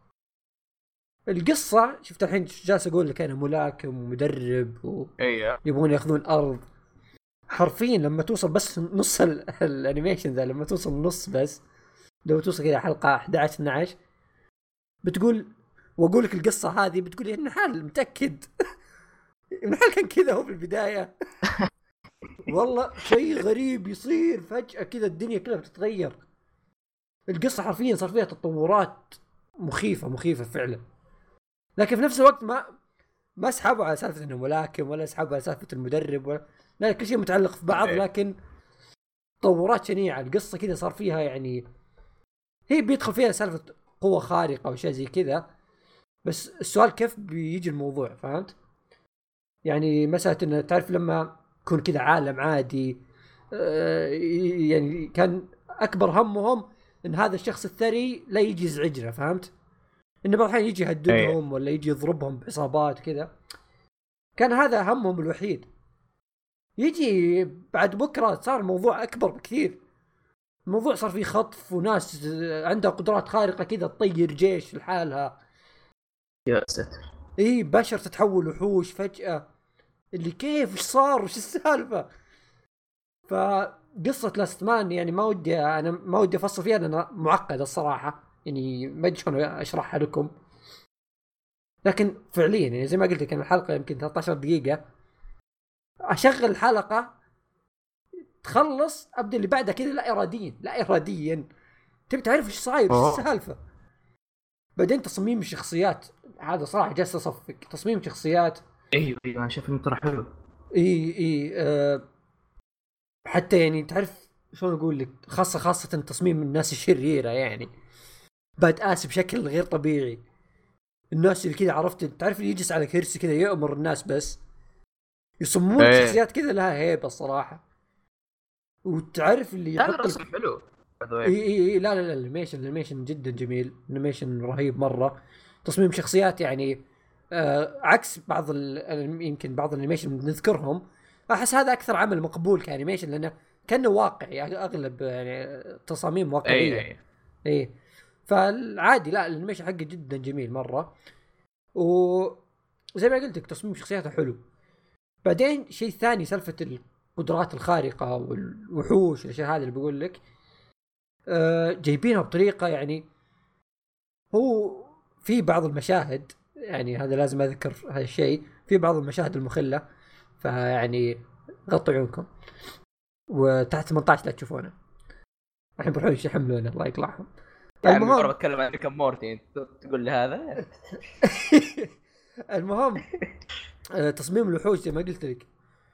القصة شفت الحين جالس أقول لك أنا ملاكم ومدرب ويبغون يأخذون أرض. حرفيا لما توصل بس نص الانيميشن ذا، لما توصل نص بس، لو توصل إلى حلقة أحد عشر اثنا عشر بتقول، وأقول لك القصة هذه بتقول إن حال متأكد إن حال كان كذا هو في البداية. والله شيء غريب يصير فجأة كذا، الدنيا كلها بتتغير. القصة حرفيا صار فيها تطورات مخيفة مخيفة فعلا، لكن في نفس الوقت ما ما اسحبوا على سالفة انه ملاكم، ولا اسحبوا على سالفة المدرب، ولا لا، كل شيء متعلق في بعض. لكن تطورات شنيعة القصة كذا صار فيها، يعني هي بيدخل فيها سالفة قوة خارقة وشيء زي كذا، بس السؤال كيف بيجي الموضوع، فهمت؟ يعني مسألة انه تعرف لما يكون كذا عالم عادي، آه يعني كان اكبر همهم ان هذا الشخص الثري لا يجي يزعجنا، فهمت؟ انه بعض الحين يجي يهددهم ولا يجي يضربهم بعصابات كذا، كان هذا همهم الوحيد. يجي بعد بكرة صار الموضوع اكبر بكثير، الموضوع صار فيه خطف وناس عندها قدرات خارقة كذا تطير جيش لحالها، يا ساتر. ايه بشر تتحول وحوش فجأة، اللي كيف وش صار وش السالفة. فقصة لاست مان يعني ما ودي انا ما ودي افصل فيها لانها معقدة الصراحة، يعني ما ادري شلون اشرحها لكم. لكن فعليا يعني زي ما قلت لك، الحلقة يمكن ثلاثة عشر دقيقة، اشغل الحلقة تخلص ابدا اللي بعدها كذا لا اراديا لا اراديا تبي تعرف ايش صاير ايش السالفة. بعدين تصميم الشخصيات هذا صراحة جالس اصفق، تصميم شخصيات ايوه ايوه انا شايف انه ترى حلو. اي اي أه حتى يعني تعرف شلون اقول لك، خاصة خاصة تصميم الناس الشريرة، يعني باد آسف بشكل غير طبيعي. الناس اللي كذا عرفت تعرف اللي يجلس على كرسي كذا يأمر الناس، بس يصممون ايه. شخصيات كذا لها هيبة الصراحة. وتعرف اللي هذا الرسم حلو. اي اي اي لا لا لا الانيميشن الانيميشن جدا جميل، الانيميشن رهيب مرة. تصميم شخصيات يعني آه عكس بعض يمكن بعض الانيميشن نذكرهم، احس هذا اكثر عمل مقبول كانيميشن لانه كانه واقعي، يعني اغلب يعني تصاميم واقعية. اي اي اي فالعادي لا الانيميشن حقه جدا جميل مرة، وزي ما قلت لك تصميم شخصياته حلو. بعدين شيء ثاني سالفة القدرات الخارقة والوحوش الاشياء هذه اللي بقول لك أه جايبينها بطريقة يعني، هو في بعض المشاهد يعني هذا لازم اذكر هذا الشيء، في بعض المشاهد المخلة، فيعني غطوا عيونكم، وتحت ثمانية عشر لا تشوفونه، الحين بروحوا يحملونه الله يقلعهم. يعني المهم بتكلم عن كم مورتي انت تقول لي هذا. المهم تصميم الوحوش زي ما قلت لك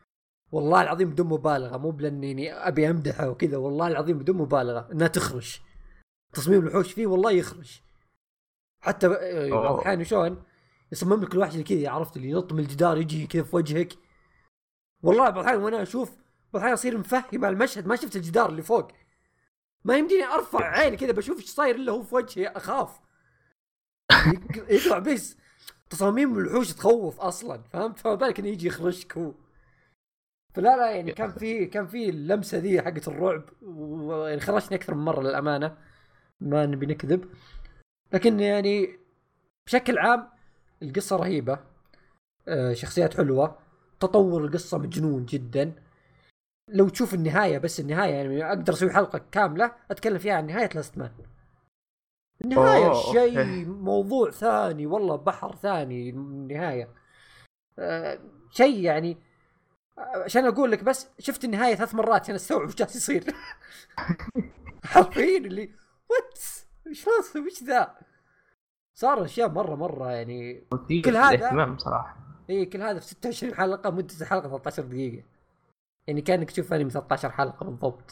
والله العظيم بدون مبالغه، مو بلاني ابي امدحه وكذا، والله العظيم بدون مبالغه انها تخرج. تصميم الوحوش فيه والله يخرج. حتى بعض الاحيان شلون يصمم لك الوحش اللي كذا، عرفت، اللي ينط من الجدار يجي كذا في وجهك. والله بعض الاحيان وانا اشوف بعض الاحيان اصير مفهم على المشهد، ما شفت الجدار اللي فوق، ما يمديني ارفع عيني كذا بشوف ايش صاير الا هو في وجهي، اخاف يطلع بس. تصاميم الوحوش تخوف اصلا، فهمت؟ فما بالك انه يجي يخرجك هو. فلا لا يعني كان في كان في اللمسه ذي حقت الرعب، ويعني خرجني اكثر من مره للامانه، ما نبي نكذب. لكن يعني بشكل عام القصه رهيبه، شخصيات حلوه، تطور القصه مجنون جدا. لو تشوف النهايه، بس النهايه يعني اقدر اسوي حلقه كامله اتكلم فيها عن نهايه لاست مان. النهايه شيء موضوع ثاني والله، بحر ثاني النهايه. أه شيء يعني عشان اقول لك بس شفت النهايه ثلاث مرات عشان استوعب ايش جالس يصير. حرفيا اللي وات شلون وش ذا، صار اشياء مره مره يعني. كل هذا صراحه اي كل هذا في ستة وعشرين حلقه، مده الحلقه ثلاثة عشر دقيقه، يعني كانك تشوف انمي ثلاثة عشر حلقه بالضبط.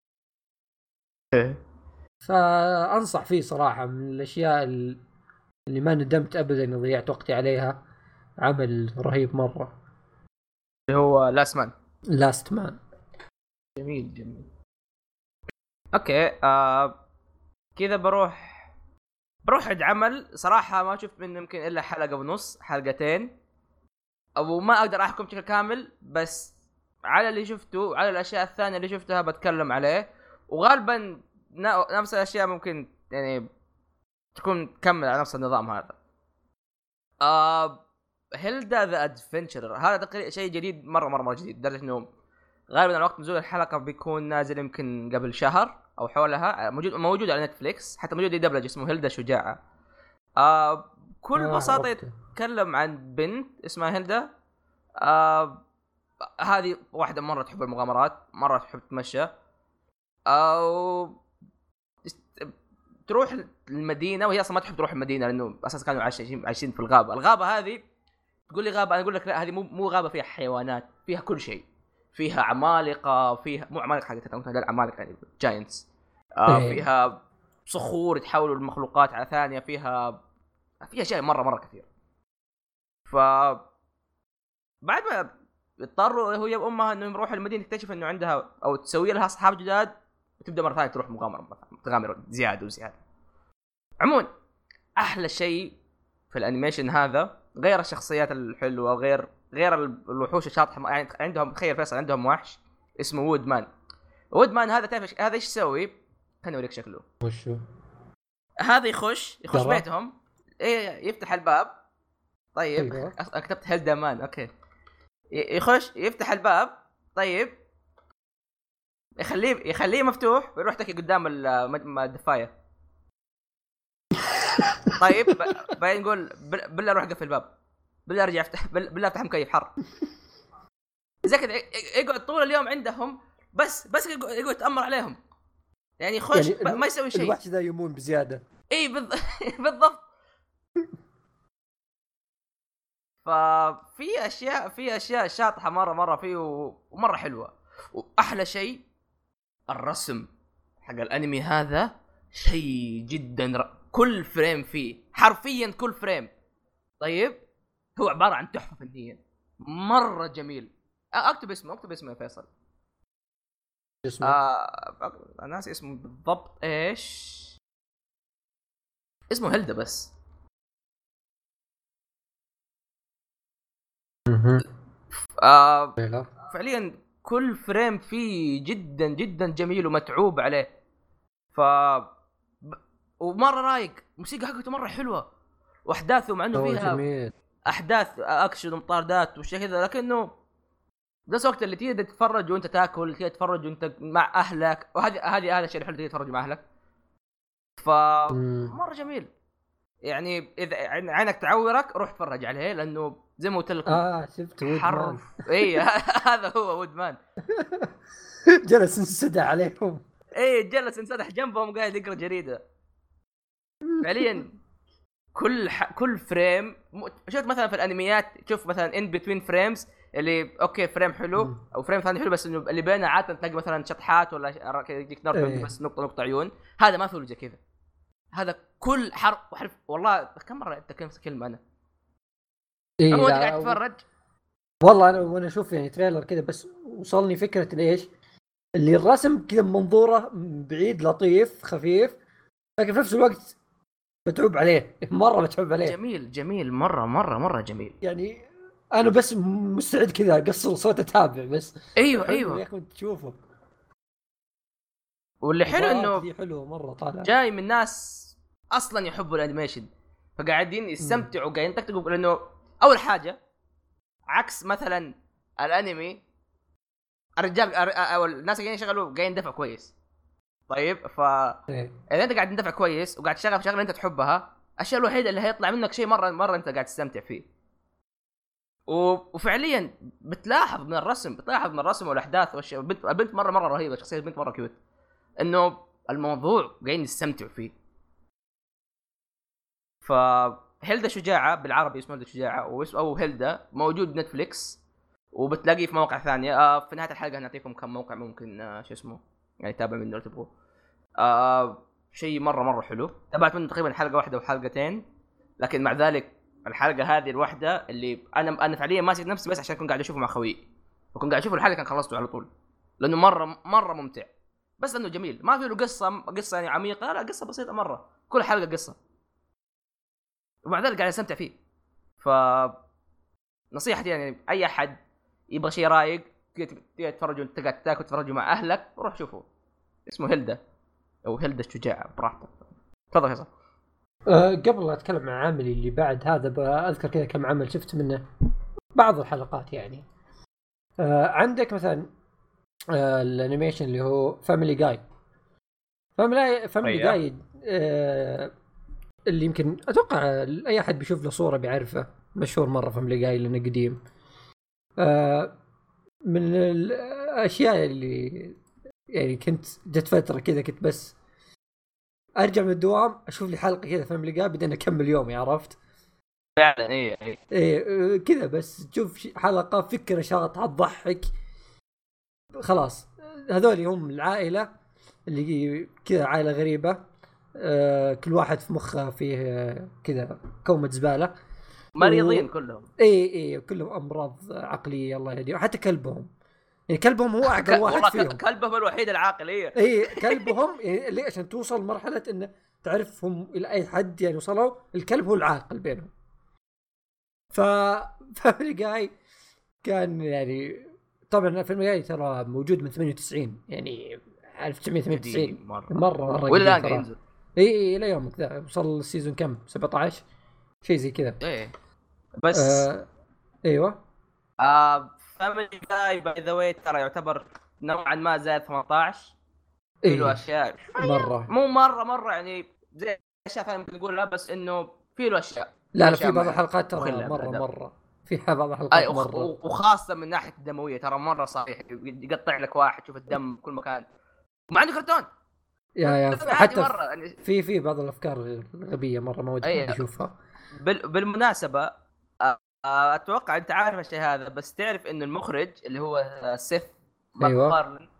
فانصح فيه صراحه، من الاشياء اللي ما ندمت ابدا اني ضيعت وقتي عليها. عمل رهيب مره، اللي هو لاست مان. لاست مان جميل جميل. اوكي آه كذا بروح بروح عند عمل صراحه ما شفت منه يمكن الا حلقه ونص حلقتين، او ما اقدر احكم بشكل كامل، بس على اللي شفته على الاشياء الثانيه اللي شفتها بتكلم عليه. وغالبا نفس الاشياء ممكن يعني تكون تكمل على نفس النظام هذا. آه هيلدا ذا ادفنتشرر هذا تقريبا شيء جديد مره مره مره جديد، لدرجه انه غالبا وقت نزول الحلقه بيكون نازل يمكن قبل شهر او حولها. موجود موجود على نتفليكس، حتى موجود يدبلج اسمه هيلدا شجاعه. آه بكل آه بساطه يتكلم عن بنت اسمها هيلدا. آه هذه واحده مره تحب المغامرات، مره تحب تمشى، او تروح المدينه، وهي اصلا ما تحب تروح المدينه لانه اساس كانوا عايشين عايشين في الغابه. الغابه هذه تقول لي غابه، انا اقول لك لا، هذه مو مو غابه فيها حيوانات، فيها كل شيء، فيها عمالقه، فيها مو عمالقه حقتها لا عمالقه يعني جاينتس. آه فيها صخور يتحولوا لمخلوقات على ثانيه، فيها فيها شيء مره مره كثير. ف بعد ما اضطروا هو يا امها انه يروح المدينه تكتشف انه عندها او تسوي لها اصحاب جداد، وتبدا مره ثانيه تروح مغامره مثلا تغامر زياده وزياده. عموما احلى شيء في الانيميشن هذا غير الشخصيات الحلوه، غير غير الوحوش الشاطحه. يعني عندهم تخيل فيصل عندهم وحش اسمه وود مان. وود مان هذا تعرف هذا ايش يسوي؟ خليني اوريك شكله. وشو هذا؟ يخش يخش جرى. بيتهم ايه يفتح الباب. طيب أيوة. كتبت هيلدا مان اوكي. يخش يفتح الباب، طيب يخليه يخليه مفتوح ويروح تكي قدام الدفايه. طيب بعدين نقول بالله روح قفل الباب، بالله ارجع افتح، بالله افتح مكيف حر زي كذا. يقعد طول اليوم عندهم، بس بس يقعد يتامر عليهم، يعني يخش يعني ما يسوي شيء. الوحش ذا يمون بزياده. اي بالضبط. ففي اشياء في اشياء شاطحه مره مره فيه ومره حلوه. واحلى شيء الرسم حق الانمي هذا، شيء جدا ر... كل فريم فيه حرفيا كل فريم طيب هو عباره عن تحفه فنيه مره جميل. اكتب اسمه اكتب اسمه يا فيصل. اسمه آه... الناس اسمه بالضبط ايش اسمه؟ هيلدا بس. آه... فعليا كل فريم فيه جدا جدا جميل ومتعوب عليه. ف ومره رايق، موسيقى حقته مره حلوه، واحداثه مع انه فيها جميل. احداث اكشن ومطاردات وشيء كذا، لكنه بس وقت اللي تيجي تتفرج وانت تاكل، تيجي تتفرج وانت مع اهلك، وهذه هذه هذا الشيء الحلو تيجي تتفرج مع اهلك. ف مره جميل يعني. اذا عينك تعورك روح اتفرج عليه، لانه زي ما قلت لكم اه شفت وودمان. اي هذا هو وودمان. جلس انسدح عليهم. اي جلس انسدح جنبهم قاعد يقرا جريده. فعليا كل ح... كل فريم م... شفت مثلا في الانميات تشوف مثلا ان بتوين فريمز اللي اوكي فريم حلو مم. او فريم ثاني حلو، بس انه اللي بينه عاده تلاقي مثلا شطحات ولا يجيك نار إيه. بس نقطه نقطه عيون. هذا ما في وجه كذا، هذا كل حرف وحرف. والله كم مره انت كلمه كلمه انا إيه انا وانت لا، قاعد تتفرج. والله انا وانا اشوف يعني تريلر كذا بس وصلني فكره ليش اللي الرسم كذا منظوره من بعيد لطيف خفيف، لكن في نفس الوقت بتعب عليه مره، بتعب عليه. جميل جميل مره مره مره جميل. يعني انا بس مستعد كذا اقصر صوت اتابع بس. ايوه حلو ايوه يا اخي انت تشوفه. واللي حلو انه دي حلوه مره طالع جاي من ناس اصلا يحبوا الانيميشن، فقاعدين يستمتعوا قاعدين يطقطقوا. لانه اول حاجه عكس مثلا الانمي، الرجال او الناس قاعدين يشغلوا قاعدين دفع كويس. طيب ف إيه. اذا انت قاعد تدفع كويس وقاعد تشتغل في شغله انت تحبها، الشيء الوحيد اللي هيطلع منك شيء مره مره انت قاعد تستمتع فيه. و... وفعليا بتلاحظ من الرسم بتلاحظ من الرسم والاحداث والشيء. البنت البنت مره مره رهيبه، شخصيه البنت مره كيوت، انه الموضوع قاعدين نستمتع فيه. فهيلدا شجاعه بالعربي اسمه هيلدا شجاعه، او هيلدا موجود نتفليكس وبتلاقيه في مواقع ثانيه. آه في نهايه الحلقه نعطيكم كم موقع ممكن آه شو اسمه يعني تابع منه لو تبغوا. آه شيء مره مره حلو. تابعت منه تقريبا حلقه واحده وحلقتين، لكن مع ذلك الحلقه هذه الواحده اللي انا انا فعليا ماسك نفسي بس عشان كنت قاعد اشوفه مع خويي، وكنت قاعد اشوف الحلقه كان خلصته على طول لانه مره مره ممتع. بس انه جميل، ما في له قصه قصه يعني عميقه، لا قصه بسيطه مره، كل حلقه قصه، ومع ذلك قاعد استمتع فيه. ف نصيحتي يعني اي احد يبغى شيء رايق تقدر تتفرجوا، تقعد تاكل تتفرجوا مع اهلك، روح شوفوا. اسمه هيلدا او هيلدا الشجاعه براحتك. تفضل فيصل. أه قبل لا اتكلم عن عملي اللي بعد هذا بأذكر كذا كم عمل شفت منه بعض الحلقات. يعني أه عندك مثلا أه الانيميشن اللي هو فاميلي جاي. فاميلي فاميلي جاي أه اللي يمكن اتوقع اي احد بيشوف له صوره بيعرفه، مشهور مره فاميلي جاي لانه قديم. أه من الاشياء اللي يعني كنت جت فتره كذا كنت بس ارجع من الدوام اشوف لي حلقه كذا فاميلي جاي بعدين اكمل يومي، عرفت؟ فعلا ايه ايه ايه كذا بس تشوف حلقه فكره شاطحه تضحك خلاص. هذول هم العائله اللي كذا عائله غريبه، آه كل واحد في مخه فيه آه كذا كومة زباله، مريضين و... كلهم. ايه ايه كلهم امراض عقليه الله يهديهم. حتى كلبهم يعني كلبهم هو اعقل واحد والله فيهم. كلبهم الوحيد العاقل. ايه ايه كلبهم يعني ليه عشان توصل مرحله انه تعرفهم الى اي حد يعني وصلوا الكلب هو العاقل بينهم. ف فاميلي جاي كان يعني طبعا فيلم جاي ترى موجود من ثمانية وتسعين يعني ألف وتسعمية وثمانية وتسعين مره مره مره ولا قديم لا ترى. ينزل. اي اي الى يومك ذا وصل السيزون كم سبعة عشر شيء زي كذا. ايه بس آه ايوه آه فاميلي جاي باي ذا واي ترى يعتبر نوعا ما زائد ثمانية عشر. في له ايه اشياء مره مو مره مره يعني زي اشياء ثانيه ممكن نقول لا، بس انه في له اشياء. لا لا في بعض الحلقات ترى مخلة مره بالأداء. مره في بعض اي الحلقات وخ... مره. وخاصه من ناحيه الدمويه ترى مره صحيح، يقطع لك واحد تشوف الدم في كل مكان وما عنده كرتون. يا يا عادي حتى مرة يعني. في في بعض الافكار غبيه مره ما ودي أي... اشوفها. بال... بالمناسبه آه، آه، اتوقع انت عارف الشيء هذا، بس تعرف انه المخرج اللي هو سيث ايوه ماكفارلين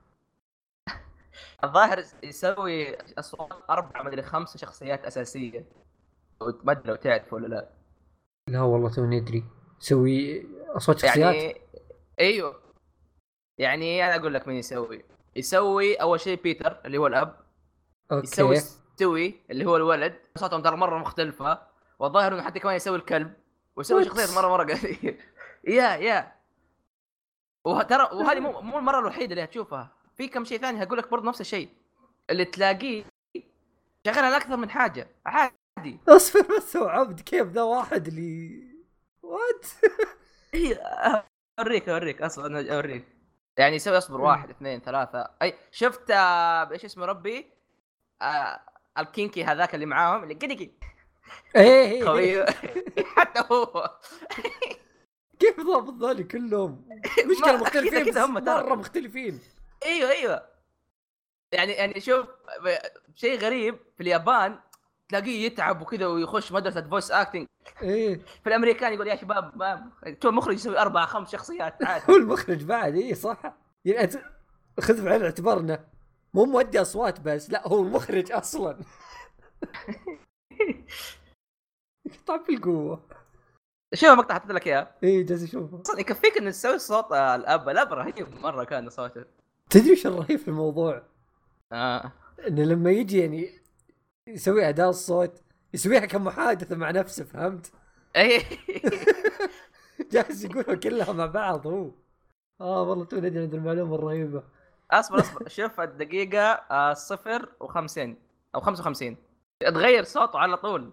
الظاهر يسوي اصوات اربعه مدري خمسه شخصيات اساسيه. ما ادري لو تعرف ولا لا. لا والله توني ادري سوي اصوات شخصيات. يعني ايوه يعني انا اقول لك مين يسوي. يسوي اول شيء بيتر اللي هو الاب. اوكي يسوي ستوي اللي هو الولد، صوتهم ترى مره مختلفه. والظاهر انه حتى كمان يسوي الكلب ويسوي شخصيات مره مره قويه. يا يا وترى وهذه مو مو المره الوحيده اللي هتشوفها، في كم شيء ثاني هقول لك برضه نفس الشيء اللي تلاقيه شغال اكثر من حاجه عادي. اصبر بس هو عبد كيف ذا واحد اللي وات. اوريك اوريك اصلا اوريك يعني يسوي اصبر واحد اثنين ثلاثه. اي شفت آه، ايش اسمه ربي آه الكينكي هذاك اللي معاهم اللي قدقي ايه خوي حتى هو كيف ضابط ذولي كلهم مشكله مختلفين كذا هم مره مختلفين. ايوه ايوه يعني يعني شوف شيء غريب في اليابان تلاقيه يتعب وكذا ويخش مدرسه فويس اكتنج. ايه في الامريكان يقول يا شباب ما شو المخرج يسوي اربع خمس شخصيات عادي. هو المخرج بعد ايه صح يعني أت... خذ بعين الاعتبار انه مو مودي اصوات بس، لا هو المخرج اصلا. طب بالقوه. شوف مقطع حطيت لك اياه. ايه جالس اشوفه. اصلا يكفيك انه تسوي صوت الاب. الاب رهيب مره كان صوته. تدري وش الرهيب في الموضوع؟ اه انه لما يجي يعني يسوي اداء الصوت يسويها كمحادثه مع نفسه، فهمت؟ اي جالس يقولها كلها مع بعض هو. اه والله تو ندري عند المعلومه الرهيبه. اصبر اصبر شوف الدقيقه آه صفر وخمسين او خمسة وخمسين تغير صوته على طول.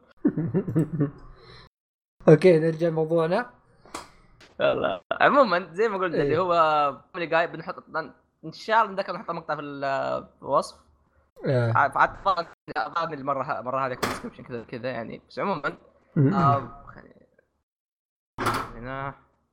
اوكي نرجع لموضوعنا. والله عموما زي ما قلنا إيه. اللي هو فاميلي جاي بنحط ان شاء الله نذكر نحط مقطع في الوصف. آه. عاد طبعا اغاني المره المره هذه في الديسكربشن كذا كذا يعني. بس عموما آه هنا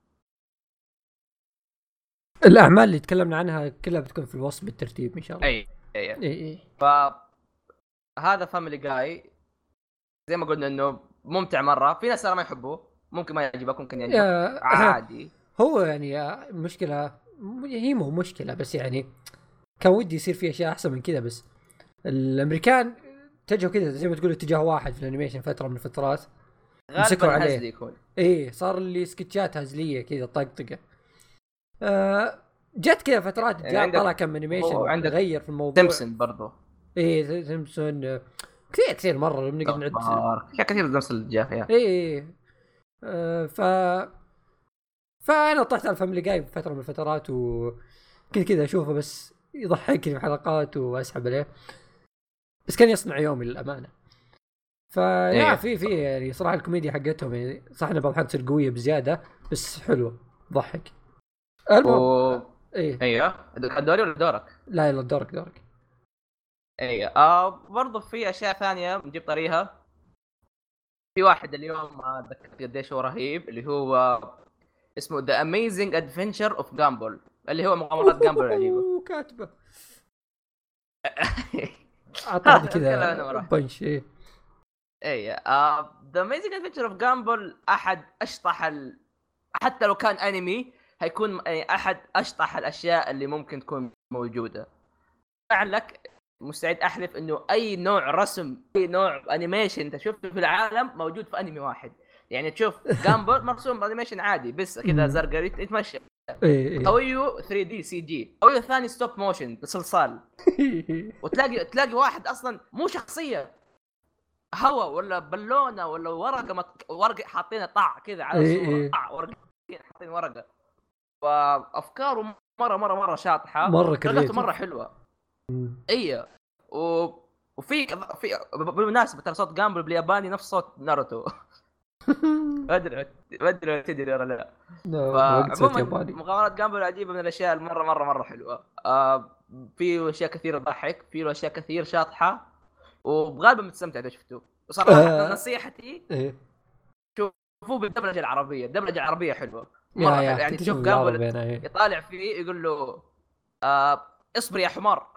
الاعمال اللي تكلمنا عنها كلها بتكون في الوصف بالترتيب ان شاء الله. اي اي اي اي. فهذا فاميلي جاي زي ما قلنا انه ممتع مره. في ناس ما يحبوه ممكن ما يعجبك ممكن يعجبك يا- عادي. هو يعني مشكله هي مو مشكله بس يعني كان ودي يصير في اشياء احسن من كذا. بس الامريكان اتجهوا كذا زي ما تقول اتجاه واحد في الانيميشن فتره من الفترات مسكوا غالبا عليه. هزلي يكون ايه صار اللي سكتشات هزليه كذا طقطقه. آه جت كذا فترات يعني جاء عندك- طلع كم انيميشن وعندك غير في الموضوع. سيمبسون برضو ايه سيمسون آه، كثير كثير مره لما نقعد نعد. اشياء كثير نفس الجافيه. ايه ايه آه ف فانا طحت على فاميلي جاي بفتره من الفترات وكذا كذا اشوفه بس يضحكني بحلقات واسحب عليه. بس كان يصنع يومي للامانه. فيا إيه. في في يعني صراحه الكوميديا حقتهم يعني صح انها بعض الحين تصير قويه بزياده بس حلوه ضحك. المهم و... ايه ايوه دوري ولا دورك؟ لا يلا دورك دورك. ايوه آه برضو في اشياء ثانيه نجيب طريقها. في واحد اليوم ما اتذكر قديش هو رهيب اللي هو اسمه The Amazing Adventure of Gumball اللي هو مغامرات جامبل العجيبه. كاتبه اعطاني أتكلم أنا كذا مرة. بنش ايه. اي آه The Amazing Adventure of Gumball احد اشطح ال... حتى لو كان انمي هيكون احد اشطح الاشياء اللي ممكن تكون موجوده. لك مستعد احلف انه اي نوع رسم اي نوع انيميشن انت شفته في العالم موجود في انمي واحد. يعني تشوف جامبل مرسوم انيميشن عادي بس كذا زرقاء يتمشى. ايه قويه ثري دي سي جي قويه ثاني ستوب موشن بصلصال. وتلاقي تلاقي واحد اصلا مو شخصيه هوا ولا بالونه ولا ورقه مت... ورقه حاطينها طع كذا على إيه الصوره إيه. طع ورقه حاطين ورقه. وافكاره مره مره مره شاطحه مره طريقته كريتيف. مره حلوه. ايه و... وفي في بالمناسبه ترى صوت جامبل بالياباني نفس صوت ناروتو. ما ادري ما ادري تدري ولا لا. فعموما مغامرات جامبل عجيبه من الاشياء المره مره مره حلوه. آه في اشياء كثيره تضحك في اشياء كثير شاطحه وغالبا متستمتع اذا شفتوه. صراحه آه. نصيحتي ايه شوفوه بالدبلجه العربيه. الدبلجه العربيه حلوه يا مره يا حلوة. يعني تشوف جامبل جامبل يطالع فيه يقول له آه اصبر يا حمار.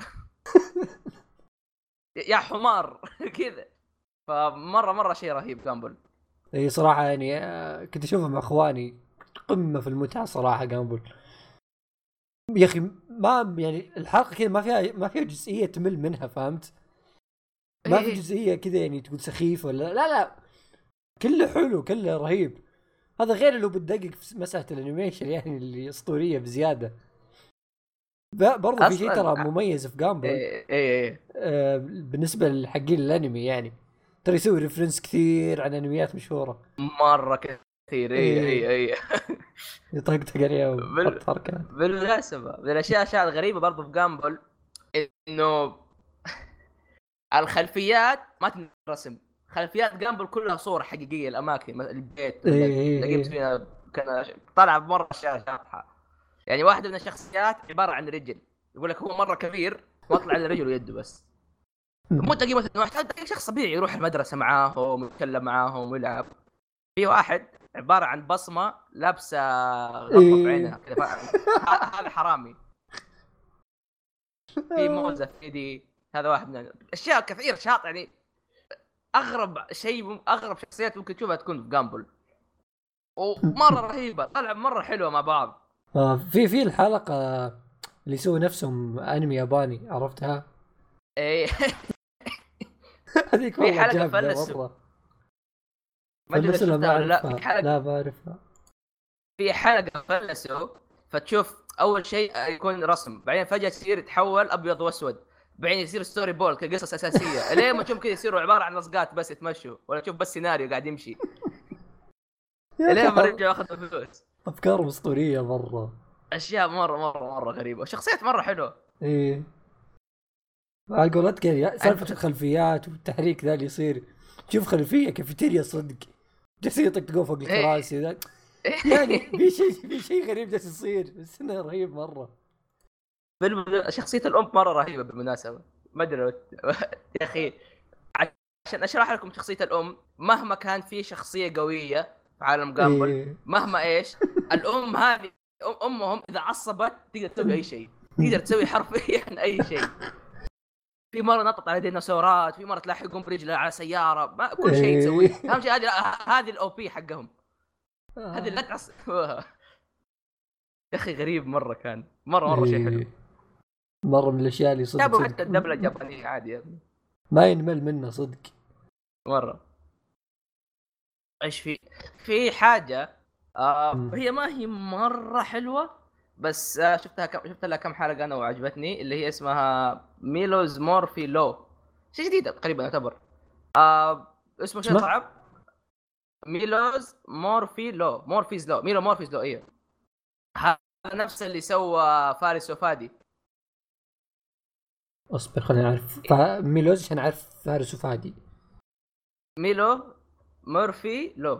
يا حمار كذا. فمره مره شيء رهيب جامبل. اي صراحه يعني آه، كنت اشوفه مع اخواني قمه في المتعه صراحه جامبل. يا اخي ما يعني الحلقه كذا ما فيها ما فيها جزئيه تمل منها فهمت. ما في جزئيه كذا يعني تقول سخيف ولا لا لا كله حلو كله رهيب. هذا غير اللي بتدقق في مساله الانيميشن يعني اللي اسطوريه بزياده. برضه في شيء ترى مميز في جامبل. ايه ايه آه بالنسبه لحقين الانمي يعني ترى يسوي ريفرنس كثير عن انميات مشهوره مره كثير. اي اي اي يطقطق عليها ويحط حركات. بالمناسبه من الاشياء الاشياء الغريبه برضه في جامبل انه الخلفيات ما تنرسم. خلفيات جامبل كلها صور حقيقيه الاماكن البيت تلاقيه فينا كان طالع مره اشياء شاطحه. يعني واحده من الشخصيات عباره عن رجل يقول لك هو مره كبير ما طلع له رجل ويده بس. مو تلاقيه مثلا واحد شخص طبيعي يروح المدرسه معاهم ويتكلم معاهم ويلعب. في واحد عباره عن بصمه لابسه غطا في عينها كذا. هذا حرامي. في موزه في دي هذا واحد من الاشياء كثير شاط يعني. اغرب شيء، اغرب شخصيات ممكن تشوفها تكون في جامبل، ومره رهيبه، طلع مره حلوه مع بعض. آه في في الحلقه اللي يسوي نفسهم انمي ياباني، عرفتها؟ ايه هذيك في والله حلقه جامده فلسوا، مره. ما ادري اذا فلسوا، لا ما شفتها ولا لا. في اعرفها، حلقه لا بعرفها. في حلقه فلسوا، فتشوف اول شيء يكون رسم، بعدين فجاه يصير يتحول ابيض واسود، بعدين يصير ستوري بول كقصص اساسيه، ليه ما تشوف كذا يصيروا عباره عن لصقات بس يتمشوا، ولا تشوف بس سيناريو قاعد يمشي، يا ليه ما اخي رجعوا اخذوا فلوس. افكار اسطوريه مره. اشياء مره مره مره غريبه، وشخصيات مره حلوه. ايه على قولتك يعني سالفه أنت... الخلفيات والتحريك ذا اللي يصير، تشوف خلفيه كافيتيريا صدق، جالسين يطقطقوا فوق إيه. الكراسي ذا، يعني في شيء في شيء غريب جالس يصير، بس انه رهيب مره. بالم- شخصيه الام مره رهيبه بالمناسبه، ما ادري لو- يا اخي، عشان اشرح لكم شخصيه الام، مهما كان في شخصيه قويه في عالم جامبل، ايه مهما ايش، الام هذه أم امهم اذا عصبت تقدر تسوي اي شيء، تقدر تسوي حرفيا اي شيء. في مره نطت على ديناصورات، في مره تلاحقهم برجلها على سياره، ما كل شيء تسويه. ايه اهم شيء هذه هذه الاو بي حقهم، هذه لا تعص يا اخي غريب مره، كان مره مره شيء حلو. إيه. مره من الاشياء اللي صدق جابوا صدق حتى الدبلجه اليابانيه عادي يا ابني، ما ينمل منه صدق. مره. ايش في في حاجه آه هي ما هي مره حلوه، بس آه شفتها كم شفت لها كم حلقه انا وعجبتني، اللي هي اسمها ميلوز مورفي لو، شيء جديد تقريبا يعتبر. آه اسمه شيء اسمه صعب، ميلوز مورفي لو، مورفيز لو، ميلو مورفيز لو. ايه هذا نفس اللي سوى فارس وفادي. اصبر خليني اعرف فا... ميلوز عشان اعرف فارس وفادي. ميلو مورفي لو،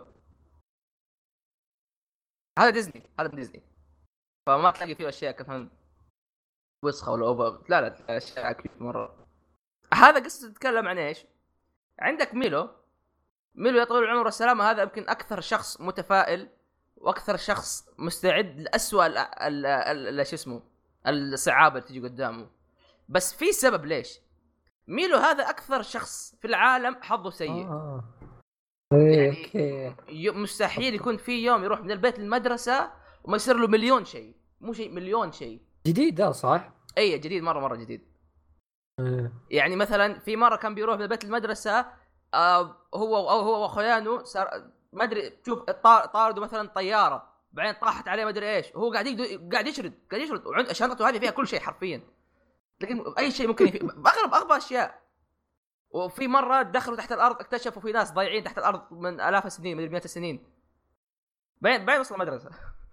هذا ديزني، هذا من ديزني، فما تلاقي فيه اشياء كمان وسخه ولا اوفر، لا لا اشياء كثير مره. هذا قصه تتكلم عن ايش؟ عندك ميلو، ميلو يا طويل العمر والسلامه، هذا يمكن اكثر شخص متفائل واكثر شخص مستعد لاسوء ال ال ال شو اسمه الصعاب اللي تجي قدامه. بس في سبب ليش ميلو هذا اكثر شخص في العالم حظه سيء. آه. إيه، يعني اوكي. مستحيل يكون في يوم يروح من البيت للمدرسه وما يصير له مليون شيء، مو شيء، مليون شيء جديد ده صح؟ اي جديد، مره مره جديد. إيه. يعني مثلا في مره كان بيروح من البيت للمدرسه، آه هو او هو واخوانه صار ما ادري، تشوف طاردوا مثلا طياره، بعدين طاحت عليه ما ادري ايش، وهو قاعد يقدر قاعد يشرد قاعد يشرد وعند شنطته هذه فيها كل شيء حرفيا، لكن اي شيء ممكن يفي... اغرب اغبى اشياء. وفي مره دخلوا تحت الارض اكتشفوا في ناس ضايعين تحت الارض من الاف السنين، من مئات السنين، بعدين بعدين وصل المدرسه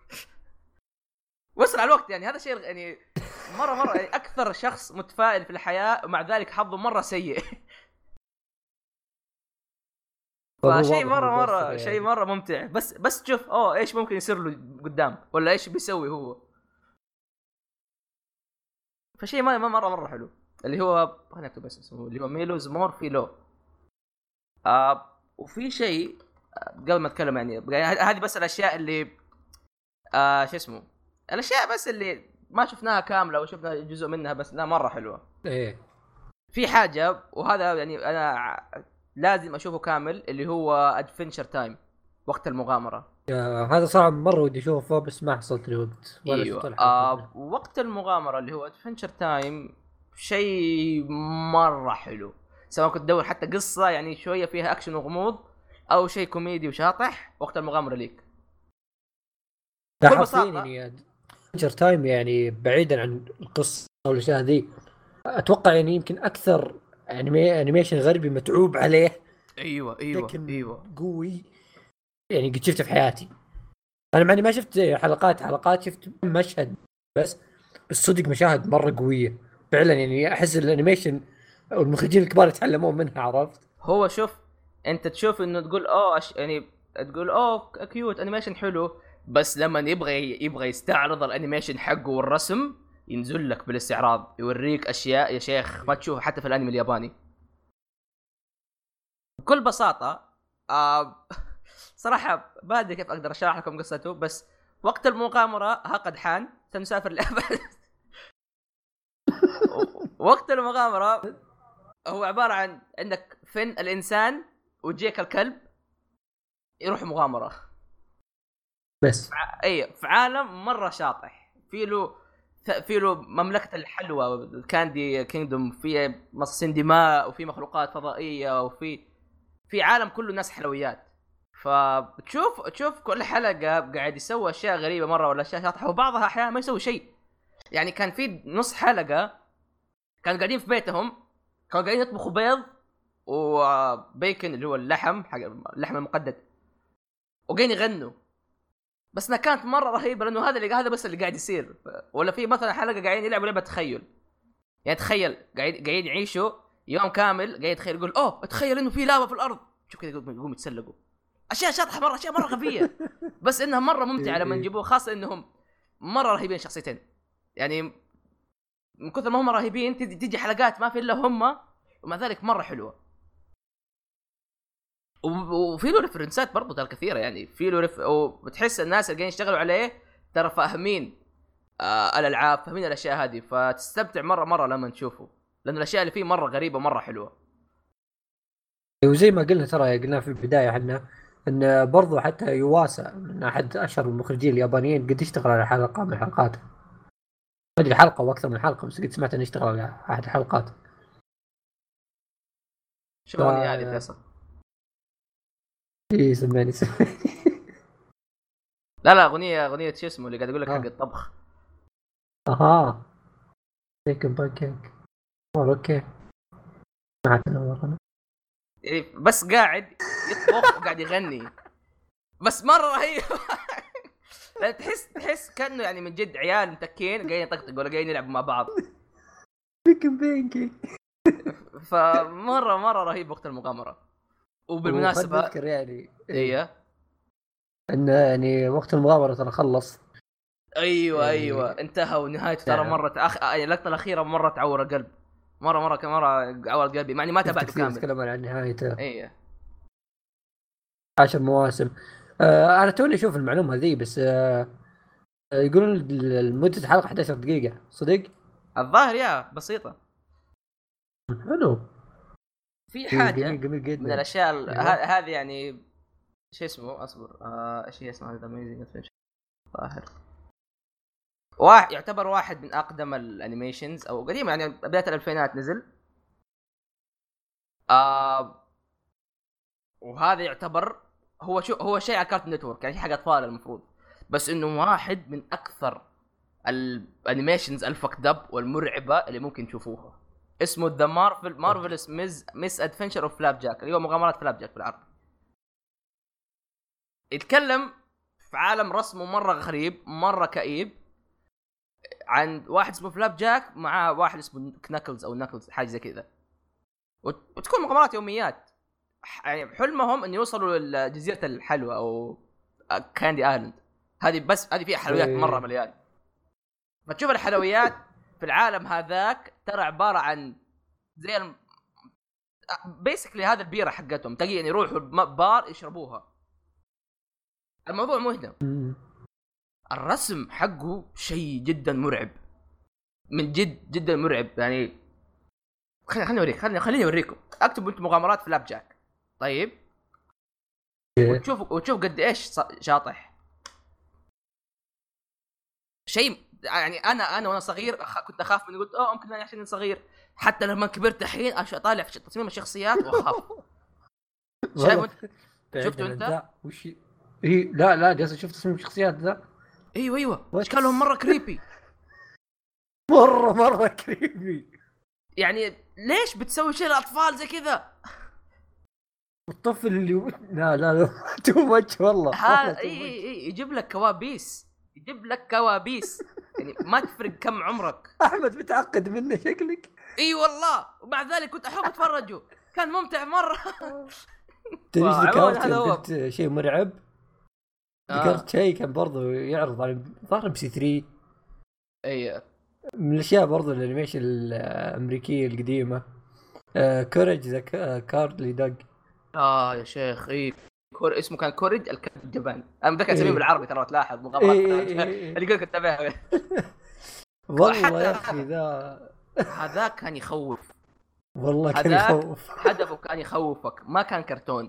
وصل على الوقت. يعني هذا شيء يعني مره مره يعني اكثر شخص متفائل في الحياه، ومع ذلك حظه مره سيء فشيء مره مره يعني. شيء مره ممتع، بس بس تشوف اوه ايش ممكن يصير له قدام، ولا ايش بيسوي هو، فشيء ما مره مره حلو. اللي هو خلينا نكتب بس اسمه، اللي هو ميلوز مورفي لو. آه وفي شيء قبل ما اتكلم، يعني هذه بس الاشياء اللي آه شو اسمه الاشياء بس اللي ما شفناها كامله وشفنا جزء منها بس، لا مره حلوه. ايه في حاجه وهذا يعني انا لازم اشوفه كامل، اللي هو ادفنشر تايم، وقت المغامره. هذا صعب مره ودي اشوفه، بس ما حصلت لي وقت ولا ايوه شفت آه وقت المغامره اللي هو ادفنشر تايم شيء مره حلو، سواء كنت تدور حتى قصه يعني شويه فيها اكشن وغموض، او شيء كوميدي وشاطح، وقت المغامره ليك بكل بساطه. ادفنشر تايم يعني بعيدا عن القصه والاشياء ذي، اتوقع يعني يمكن اكثر انمي انيميشن غربي متعوب عليه. ايوه ايوه ايوه قوي يعني قد شفته في حياتي. انا معني ما شفت حلقات حلقات شفت مشهد بس، بس صدق مشاهد مره قويه فعلا، يعني احس الانيميشن والمخرجين الكبار يتعلمون منها، عرفت؟ هو شوف، انت تشوف انه تقول اوه أش... يعني تقول اوه كيوت انيميشن حلو، بس لما يبغى يبغى يستعرض الانيميشن حقه والرسم ينزل لك بالاستعراض، يوريك اشياء يا شيخ ما تشوفها حتى في الانمي الياباني. بكل بساطه آه صراحه ما ادري كيف اقدر اشرح لكم قصته، بس وقت المغامره ها قد حان، سنسافر لأبد وقت المغامره هو عباره عن عندك فين الانسان وجيك الكلب يروح مغامره بس اي في عالم مره شاطح، في له في له مملكه الحلوى الكاندي كينجدوم، في مصاصين دماء وفي مخلوقات فضائيه وفي في عالم كله ناس حلويات. فبتشوف تشوف كل حلقه قاعد يسوي اشياء غريبه مره ولا اشياء شاطحه، وبعضها احيانا ما يسوي شيء. يعني كان في نص حلقه كانوا قاعدين في بيتهم، كانوا قاعدين يطبخوا بيض وبيكن اللي هو اللحم حق اللحم المقدد، وقاعدين يغنوا. بس انها كانت مره رهيبه لانه هذا اللي هذا بس اللي قاعد يصير. ولا في مثلا حلقه قاعدين يلعبوا لعبه تخيل، يعني تخيل قاعد قاعدين يعيشوا يوم كامل قاعد يتخيل، يقول اوه تخيل انه في لافا في الارض، شوف كذا يقوم يتسلقوا اشياء شاطحه مره، اشياء مره غبيه بس انها مره ممتعه لما نجيبوه، خاصه انهم مره رهيبين شخصيتين. يعني من كثر ما هم رهيبين تجي, تجي حلقات ما في الا هم، ومع ذلك مره حلوه. وفي له ريفرنسات برضو ترى كثيره، يعني في له رف... وبتحس الناس اللي قاعدين يشتغلوا عليه ترى فاهمين آه الالعاب، فاهمين الاشياء هذه، فتستمتع مره مره لما تشوفه، لان الاشياء اللي فيه مره غريبه مره حلوه. وزي ما قلنا ترى قلنا في البدايه احنا ان برضو حتى يواسا من احد اشهر المخرجين اليابانيين قد يشتغل على حلقه من حلقاته، ما ادري حلقه واكثر من حلقه، بس قد سمعت انه يشتغل على احد الحلقات. شو الاغنيه ف... هذه فيصل؟ ايه سمعني سمعني لا لا اغنيه اغنيه شو اسمه اللي قاعد اقول لك حق الطبخ. اها بيكن بانكيك اوكي ما انا يعني بس قاعد يطبخ وقاعد يغني بس مره رهيب لا تحس تحس كانه يعني من جد عيال متكين قاعدين يطقطقوا ولا قاعدين يلعبوا مع بعض بيكن بانكيك فمره مره رهيب وقت المغامره. وبالمناسبه اذكر يعني ايه ان يعني وقت المغامره ترى خلص. ايوه يعني... ايوه انتهى ونهايته ترى مره أخ... اللقطه الاخيره مره تعور القلب، مره مره كمره عور قلبي، مع اني ما تابعته كامل. تكلم عن نهايته. ايه عشر مواسم. آه انا توني اشوف المعلومه هذه بس آه يقولون المده حلقه احد عشر دقيقه، صدق؟ الظاهر يا بسيطه. حلو. في حاجه جميل جميل جدا من الاشياء هذه يعني شو اسمه اصبر آه ايش هي اسمها هذا اميزنج ادفنتشر ظاهر واحد يعتبر واحد من اقدم الانيميشنز او قديم، يعني بدايه الالفينات نزل آه وهذا يعتبر هو شو هو شيء على كارتون نتورك، يعني حق اطفال المفروض، بس انه واحد من اكثر الانيميشنز الفكدب والمرعبه اللي ممكن تشوفوها. اسمه ذا مارفل مارفلس ميز ميس ادفنتشر اوف فلاب جاك، اللي هو مغامرات فلاب جاك بالعربي. يتكلم في عالم رسمه مره غريب مره كئيب عن واحد اسمه فلاب جاك مع واحد اسمه كناكلز او ناكلز حاجه زي كذا، وتكون مغامرات يوميات. يعني حلمهم ان يوصلوا لجزيره الحلوى او كاندي ايلاند، هذه بس هذه فيها حلويات مره مليان. فتشوف الحلويات في العالم هذاك ترى عباره عن زي الم... بيسكلي هذا البيره حقتهم تجي يعني يروحوا بار يشربوها. الموضوع مهدم. الرسم حقه شيء جدا مرعب من جد جدا مرعب. يعني خليني خليني اوريك خليني خليني اوريكم. اكتبوا انتم مغامرات فلاب جاك طيب وتشوف وتشوف قد ايش شاطح شيء. يعني انا انا وانا صغير كنت اخاف من، قلت اه ممكن انا عشان صغير، حتى لما كبرت الحين اطالع في تصميم الشخصيات واخاف. شايف شفتوا انت وش هي؟ لا لا جالس اشوف تصميم الشخصيات ذا. ايوه ايوه اشكالهم مره كريبي مره مره كريبي. يعني ليش بتسوي شيء للاطفال زي كذا؟ الطفل اللي لا لا لا تو ماتش والله. ها اي اي يجيب لك كوابيس يجيب لك كوابيس يعني ما تفرق كم عمرك. احمد متعقد منه شكلك. اي والله، ومع ذلك كنت احب اتفرجه كان ممتع مره. تدري ذكرت قلت شيء مرعب. ذكرت آه. شيء كان برضو يعرض على ظهر بي سي ثري. اي من الاشياء برضو الانيميشن الامريكيه القديمه آه كوريج ذا كاردلي دوغ. اه يا شيخ اي كور اسمه كان كوريج الكلب الجبان. انا ذكرت اسميه بالعربي ترى تلاحظ مغامرات اللي يقول كنت ابيها والله يا اخي ذا هذا كان يخوف. والله كان هذاك يخوف. هدفه كان يخوفك، ما كان كرتون.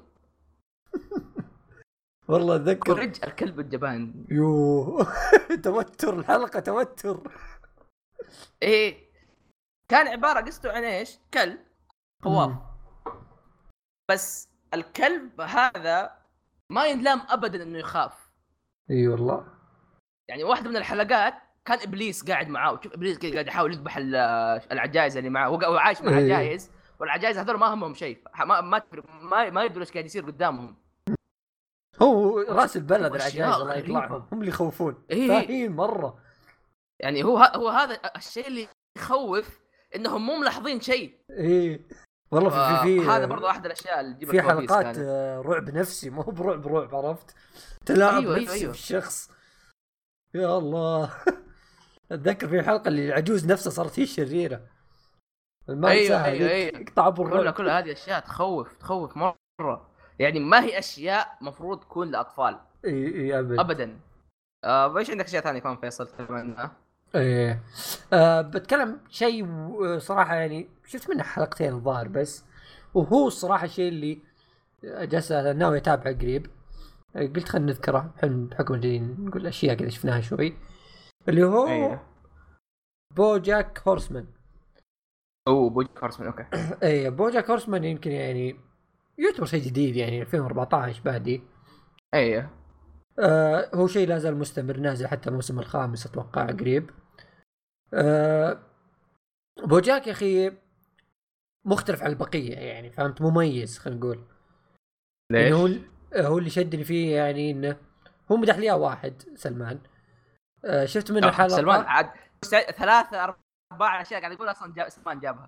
والله اتذكر كوريج الكلب الجبان. يوه توتر الحلقه، توتر. ايه كان عباره قصته عن ايش؟ كلب خواف، مم. بس الكلب هذا ما ينلام ابدا انه يخاف. اي والله. يعني واحده من الحلقات كان ابليس قاعد معاه، وشوف ابليس كذا قاعد يحاول يذبح ال- العجائز اللي معاه، هو عايش مع ايه عجائز، والعجائز هذول ما همهم شيء، ما ما تفرق- ما, ما يدروا ايش قاعد يصير قدامهم. هو راس وشوف البلد شوف العجائز اشياء الله يقلعهم، غريبه. هم اللي يخوفون، ايه فاهين مره. يعني هو ه- هو هذا الشيء اللي يخوف، انهم مو ملاحظين شيء. ايه والله. في في هذا في برضو احد الاشياء اللي تجيب في الكوابيس حلقات كانت. آه، رعب نفسي، مو برعب رعب، عرفت؟ تلاعب ايوه ايوه نفسي ايوه بالشخص. يا الله اتذكر في الحلقه اللي العجوز نفسها صارت هي الشريره، ما ايوه انساها ايوه ذيك، ايوه اقطع ابو كلها الرعب. كلها هذه اشياء تخوف تخوف مره. يعني ما هي اشياء مفروض تكون لاطفال اي اي ابد. ابدا. آه، ايش عندك اشياء ثانيه كمان فيصل تتكلم عنها؟ ايه أه بتكلم شيء و- صراحه يعني شفت منه حلقتين الظاهر بس، وهو الصراحه الشيء اللي جالس ناوي اتابعه قريب. آه، قلت خلينا نذكره بحكم بحكم اللي نقول اشياء كذا شفناها شوي، اللي هو ايوه بوجاك هورسمان. اوه بوجاك هورسمان اوكي. ايه بوجاك هورسمان يمكن يعني يعتبر شيء جديد، يعني ألفين وأربعة عشر بادي. ايوه آه هو شيء لا زال مستمر، نازل حتى الموسم الخامس اتوقع قريب. آه بوجاك يا اخي مختلف عن البقيه، يعني فهمت، مميز خلينا نقول. يعني هو ليش؟ هو اللي شدني فيه يعني انه هو مدح لي إياه واحد سلمان. آه شفت منه آه، سلمان حلقه. عاد ثلاثة أربعة أشياء قاعد يقول أصلا جاب سلمان جابها.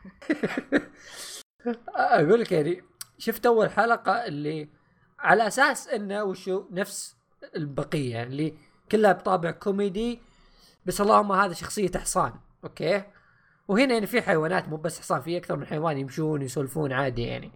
اقول لك يعني شفت اول حلقه اللي على اساس انه وشو نفس البقيه، يعني اللي كلها بطابع كوميدي، بس اللهم هذا شخصيه حصان اوكي، وهنا يعني في حيوانات مو بس حصان، في اكثر من حيوان يمشون يسولفون عادي يعني.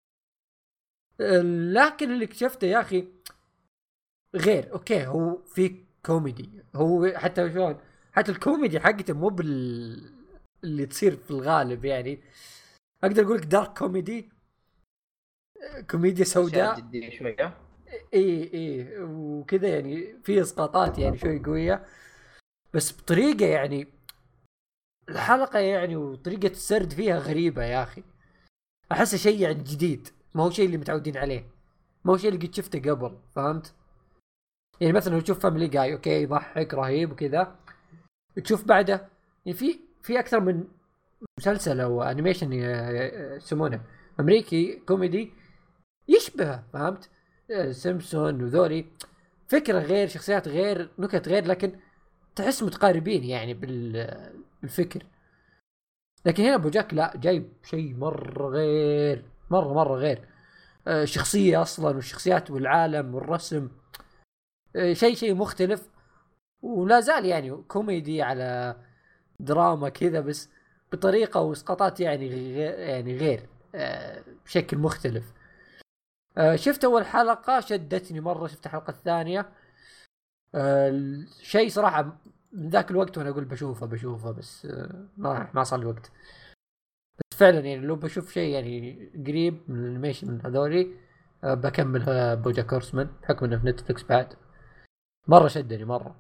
لكن اللي اكتشفته يا اخي غير اوكي، هو في كوميدي، هو حتى شلون حتى الكوميدي حقته مو بال اللي تصير في الغالب، يعني اقدر اقول لك دارك كوميدي، كوميديا أشياء سوداء. جدية شوية. اي اي وكذا، يعني في اسقاطات يعني شوي قويه، بس بطريقه يعني الحلقه يعني وطريقه السرد فيها غريبه يا اخي. احسه شيء يعني جديد، ما هو شيء اللي متعودين عليه، ما هو شيء اللي قد شفته قبل، فهمت؟ يعني مثلا لو تشوف فاميلي جاي اوكي يضحك رهيب وكذا، تشوف بعده يعني في في اكثر من مسلسل او انيميشن يسمونه امريكي كوميدي يشبه، فهمت؟ آه، سيمبسون وذولي، فكره غير، شخصيات غير، نكت غير، لكن تحس متقاربين يعني بال- بالفكر. لكن هنا بوجاك لا، جايب شيء مره غير، مره مره غير. آه، شخصيه اصلا، والشخصيات والعالم والرسم، آه، شيء شيء مختلف، ولا زال يعني كوميدي على دراما كذا، بس بطريقه واسقاطات يعني غير، يعني غير آه، بشكل مختلف. آه، شفت اول حلقه شدتني مره، شفت الحلقه الثانيه آه، شيء صراحه من ذاك الوقت وانا اقول بشوفه بشوفه بس آه، ما ما صار لي وقت. بس فعلا يعني لو بشوف شيء يعني قريب من الانيميشن من هذولي آه، بكمل آه، بوجاك هورسمان بحكم انه في نتفلكس بعد، مره شدني مره.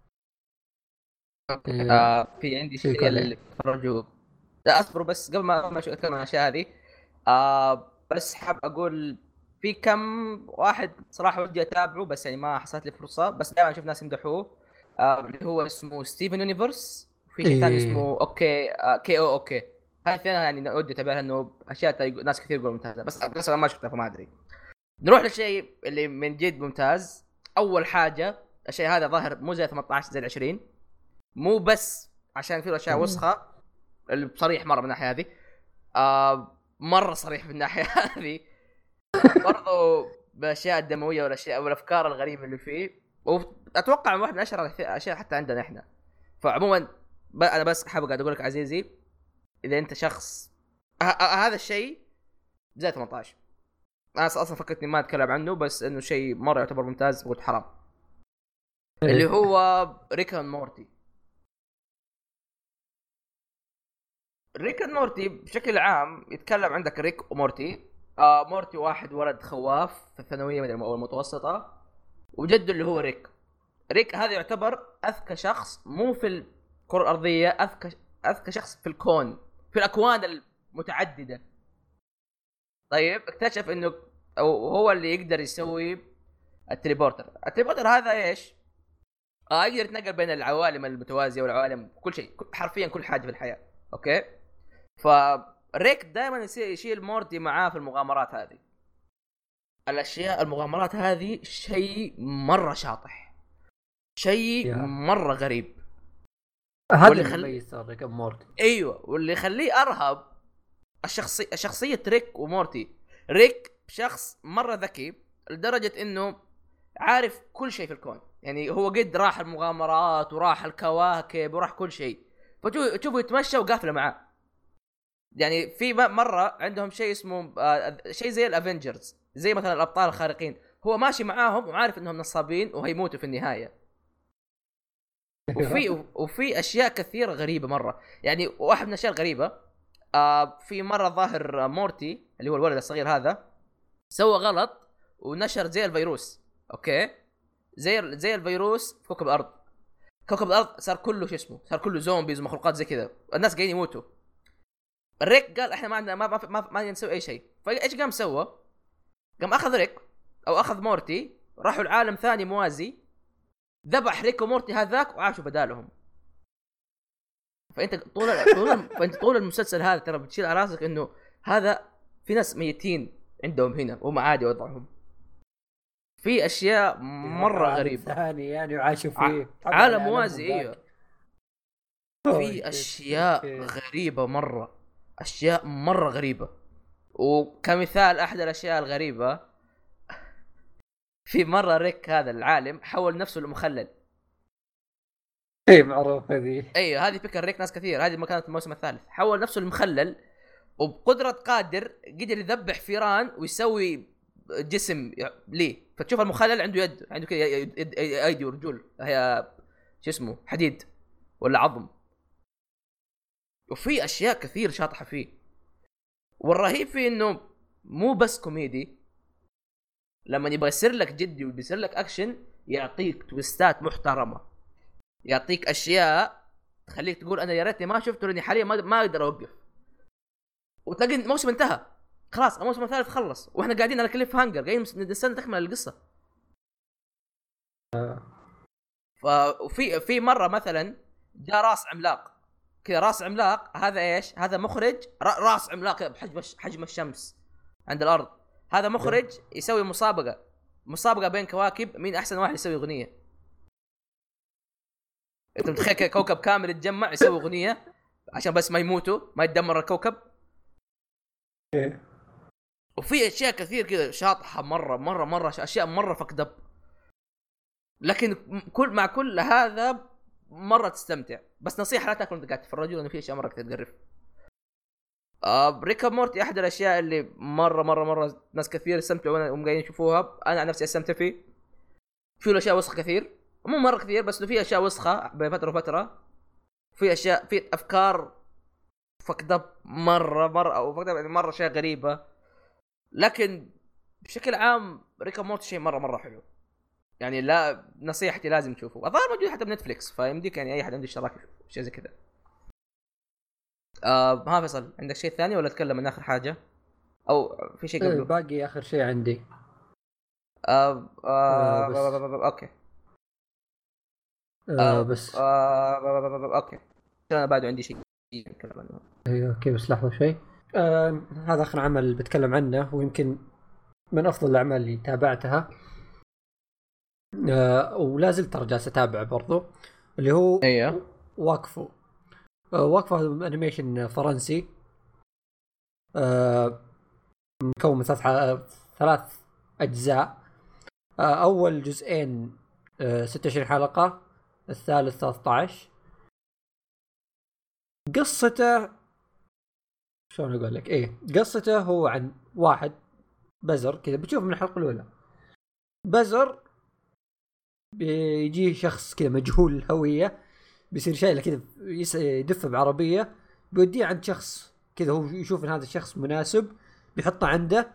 آه، آه في عندي شيكوا الشيء عليه. اللي تفرجوا. لا اصبروا بس قبل ما ما أشوف- اتكلم عن الاشياء هذه. آه بس حاب اقول في كم واحد صراحه ودي اتابعه، بس يعني ما حصلت لي فرصه، بس دائما اشوف ناس يمدحوه. آه اللي هو اسمه ستيفن يونيفرس، وفي شيء ثاني اسمه ايه اوكي آه كي او اوكي. هاي الاثنين يعني ودي اتابعها، انه اشياء تلاقي ناس كثير يقولوا ممتازه، بس بس انا ما شفتها فما ادري. نروح للشيء اللي من جد ممتاز. اول حاجه، الشيء هذا ظاهر مو زي ثمانية عشر زي عشرين، مو بس عشان في اشياء وسخه، اللي بصريح مره من الناحيه هذه. آه مره صريح من الناحيه هذه، برضو باشياء الدمويه والاشياء والافكار الغريبه اللي فيه، واتوقع واحد من اشهر الاشياء حتى عندنا احنا. فعموما ب- انا بس حابب قاعد اقول لك عزيزي، اذا انت شخص ه- ه- هذا الشيء زي ثمانية عشر، انا اصلا فكرتني ما اتكلم عنه، بس انه شيء مره يعتبر ممتاز وقلت حرام، اللي ايه هو ريكا مورتي. ريك اند مورتي بشكل عام يتكلم، عندك ريك ومورتي. آه مورتي واحد ولد خواف في الثانويه مثلا او المتوسطه، وجده اللي هو ريك. ريك هذا يعتبر اذكى شخص، مو في الكره الارضيه، اذكى اذكى شخص في الكون، في الاكوان المتعدده. طيب اكتشف انه او هو اللي يقدر يسوي التليبورتر. التليبورتر هذا ايش؟ اه يقدر يتنقل بين العوالم المتوازيه والعوالم، كل شيء، حرفيا كل حاجه في الحياه. اوكي. فريك دائما يشيل مورتي معاه في المغامرات هذه. الاشياء المغامرات هذه شيء مره شاطح، شيء يا. مره غريب. هذا واللي اللي خل... يميز ريك اند مورتي. ايوه، واللي يخليه ارهب الشخصي شخصيه ريك ومورتي. ريك شخص مره ذكي لدرجه انه عارف كل شيء في الكون، يعني هو قد راح المغامرات وراح الكواكب وراح كل شيء. فتشوفه يتمشى وقافله معاه. يعني في مره عندهم شيء اسمه آه شيء زي الافنجرز، زي مثلا الابطال الخارقين، هو ماشي معاهم وعارف انهم نصابين وهيموتوا في النهايه. وفي وفي اشياء كثيره غريبه مره. يعني واحد من الاشياء الغريبه، آه في مره ظاهر مورتي اللي هو الولد الصغير هذا سوى غلط ونشر زي الفيروس. اوكي، زي زي الفيروس في كوكب الارض. كوكب الارض صار كله شو اسمه، صار كله زومبيز ومخلوقات زي كذا، الناس قاعدين يموتوا. الريك قال احنا ما عندنا ما ما ما, ما نسوي اي شيء. فايش قام سوى؟ قام اخذ ريك او اخذ مورتي، راحوا لعالم ثاني موازي، ذبح ريك ومورتي هذاك وعاشوا بدالهم. فانت طول طول فانت طول المسلسل هذا ترى بتشيل على راسك انه هذا في ناس ميتين عندهم هنا وهم عادي وضعهم. في اشياء مره غريبه ثاني يعني وعاشوا ع... فيه عالم موازي. ايوه، في اشياء أوكي. غريبه مره، اشياء مره غريبه. وكمثال احد الاشياء الغريبه، في مره ريك هذا العالم حول نفسه لمخلل. ايه معروف هذه. ايوه هذه فكره ريك ناس كثير، هذه ما كانت الموسم الثالث. حول نفسه لمخلل، وبقدره قادر قدر يذبح فيران ويسوي جسم ليه. فتشوف المخلل عنده يد، عنده كذا ايدي ورجول، هي شو اسمه حديد ولا عظم. وفي اشياء كثير شاطحه فيه. والرهيب فيه انه مو بس كوميدي، لما يبغى يصير لك جدي ويصير لك اكشن يعطيك تويستات محترمه، يعطيك اشياء تخليك تقول انا يا ريتني ما شفته لاني حاليا ما ما اقدر اوقف. وتلاقي الموسم انتهى خلاص، الموسم الثالث خلص واحنا قاعدين على كليف هانجر، قاعدين نستنى تكمل القصه. ففي في مره مثلا جاء راس عملاق كذا، راس عملاق هذا ايش؟ هذا مخرج راس عملاق بحجم حجم الشمس عند الارض. هذا مخرج يسوي مسابقه مسابقه بين كواكب، مين احسن واحد يسوي اغنيه. انت متخيل كوكب كامل يتجمع يسوي اغنيه عشان بس ما يموتوا، ما يتدمر الكوكب. وفي اشياء كثير كذا شاطحه مره مره مره، اشياء مره فكدب. لكن كل مع كل هذا مره تستمتع. بس نصيحه لا تاكل وانت قاعد تتفرجوا لانه في اشياء مره كثير تقرف. آه ريك مورتي احد الاشياء اللي مره مره مره ناس كثير استمتعوا وهم قاعدين يشوفوها. انا عن نفسي استمتع فيه. في اشياء وسخه كثير، مو مره كثير بس في اشياء وسخه بين فتره وفتره. في اشياء في افكار فكدب مره مره او فكدب يعني مره شيء غريبه. لكن بشكل عام ريك مورتي شيء مره مره حلو. يعني لا نصيحتي لازم تشوفه. الظاهر موجود حتى بنتفليكس، فيمديك يعني اي احد عنده اشتراك يشوفه شيء زي كذا. آه ها فيصل، عندك شيء ثاني ولا اتكلم من اخر حاجه او في شيء قبله؟ باقي اخر شيء عندي. آه آه آه بس اوكي آه بس آه اوكي انا بعد عندي شيء نتكلم عنه. ايوه اوكي بس لحظه شوي. آه هذا اخر عمل بتكلم عنه، ويمكن من افضل الاعمال اللي تابعتها. آه ولا زلت ترى جالس اتابعه برضو، اللي هو ايوه واقفو. آه واقفو هذا انيميشن فرنسي، آه مكون من ثلاث ثلاث اجزاء. آه اول جزئين آه ستة وعشرين حلقه، الثالث ثلاثة عشر. قصته شلون اقول لك؟ ايه قصته هو عن واحد بزر كذا، بتشوف من الحلقه الاولى. بزر بيجي شخص كذا مجهول الهويه، بيصير شايله كذا يدف بعربيه بيوديه عند شخص كذا، هو يشوف ان هذا الشخص مناسب بيحطه عنده.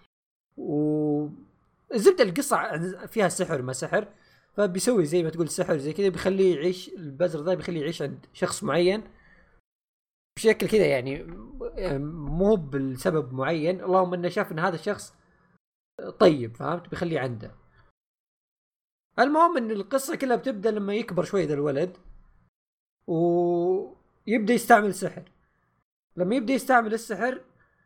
وزبده القصه فيها سحر ما سحر، فبيسوي زي ما تقول سحر زي كذا، بيخليه يعيش البزر ذا، بيخليه يعيش عند شخص معين بشكل كذا يعني مو بالسبب معين، اللهم انه شاف ان هذا الشخص طيب فهمت، بيخليه عنده. المهم ان القصه كلها بتبدا لما يكبر شوي ذا الولد ويبدا يستعمل سحر. لما يبدا يستعمل السحر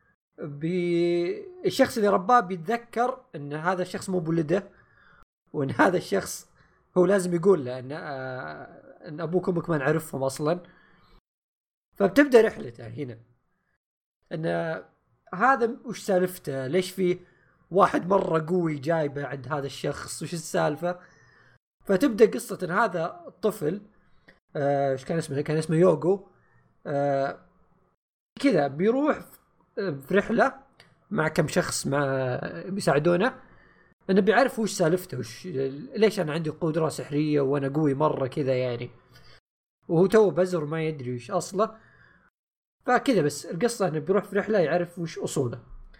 بالشخص اللي رباه بيتذكر ان هذا الشخص مو بولده، وان هذا الشخص هو لازم يقول له ان آه ان ابوك وامك ما نعرفهم اصلا. فبتبدا رحلته هنا ان هذا وش سالفته، ليش في واحد مره قوي جايبه عند هذا الشخص، وش السالفه. فتبدا قصه ان هذا الطفل ايش آه كان اسمه كان اسمه يوغو آه كذا بيروح في رحله مع كم شخص مع بيساعدونه، انه بيعرف وش سالفته، وش ليش انا عندي قدره سحريه وانا قوي مره كذا يعني، وهو تو بزر ما يدري وش اصله. فكذا بس القصه انه بيروح في رحله يعرف وش اصوله.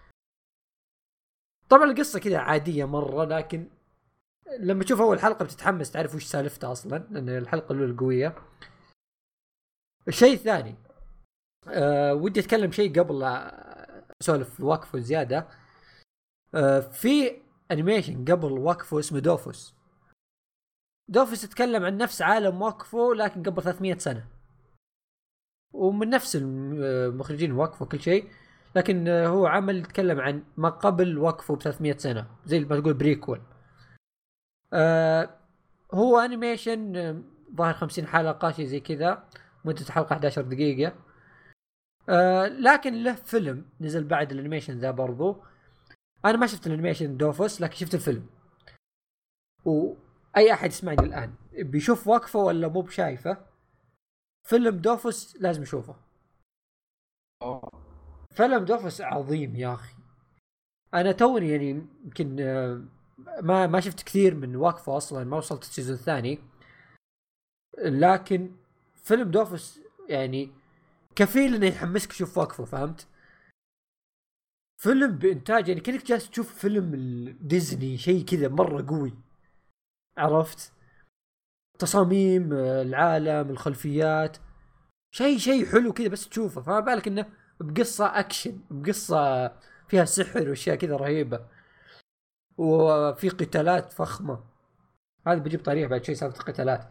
طبعا القصه كذا عاديه مره، لكن لما تشوف اول حلقه بتتحمس تعرف وش سالفته اصلا، لان الحلقه الاولى قويه. الشيء الثاني أه ودي اتكلم شيء قبل اسولف وقفه زياده. أه في انيميشن قبل وقفه اسمه دوفوس. دوفوس يتكلم عن نفس عالم وقفه لكن قبل ثلاثمية سنه، ومن نفس المخرجين وقفه كل شيء، لكن هو عمل يتكلم عن ما قبل وقفه ب ثلاثمية سنه زي ما تقول بريكول. أه هو انيميشن ظاهر خمسين حلقه شيء زي كذا، مدة حلقة إحدى عشرة دقيقة. أه لكن له فيلم نزل بعد الانيميشن ذا برضو. انا ما شفت الانيميشن دوفوس لكن شفت الفيلم. واي احد يسمعني الان بيشوف وقفه ولا مو بشايفه، فيلم دوفوس لازم يشوفه. فيلم دوفوس عظيم يا اخي. انا توني يعني يمكن ما ما شفت كثير من وقفه اصلا، ما وصلت السيزون الثاني، لكن فيلم دوفوس يعني كفيل انه يحمسك تشوف وقفه، فهمت؟ فيلم بإنتاج يعني كأنك جالس تشوف فيلم ديزني، شيء كذا مرة قوي، عرفت؟ تصاميم العالم الخلفيات شيء شيء حلو كذا بس تشوفه، فما بالك انه بقصة اكشن، بقصة فيها سحر واشياء كذا رهيبة، وفي قتالات فخمة. هذا بيجيب طريقة بعد شوي سالفة القتالات.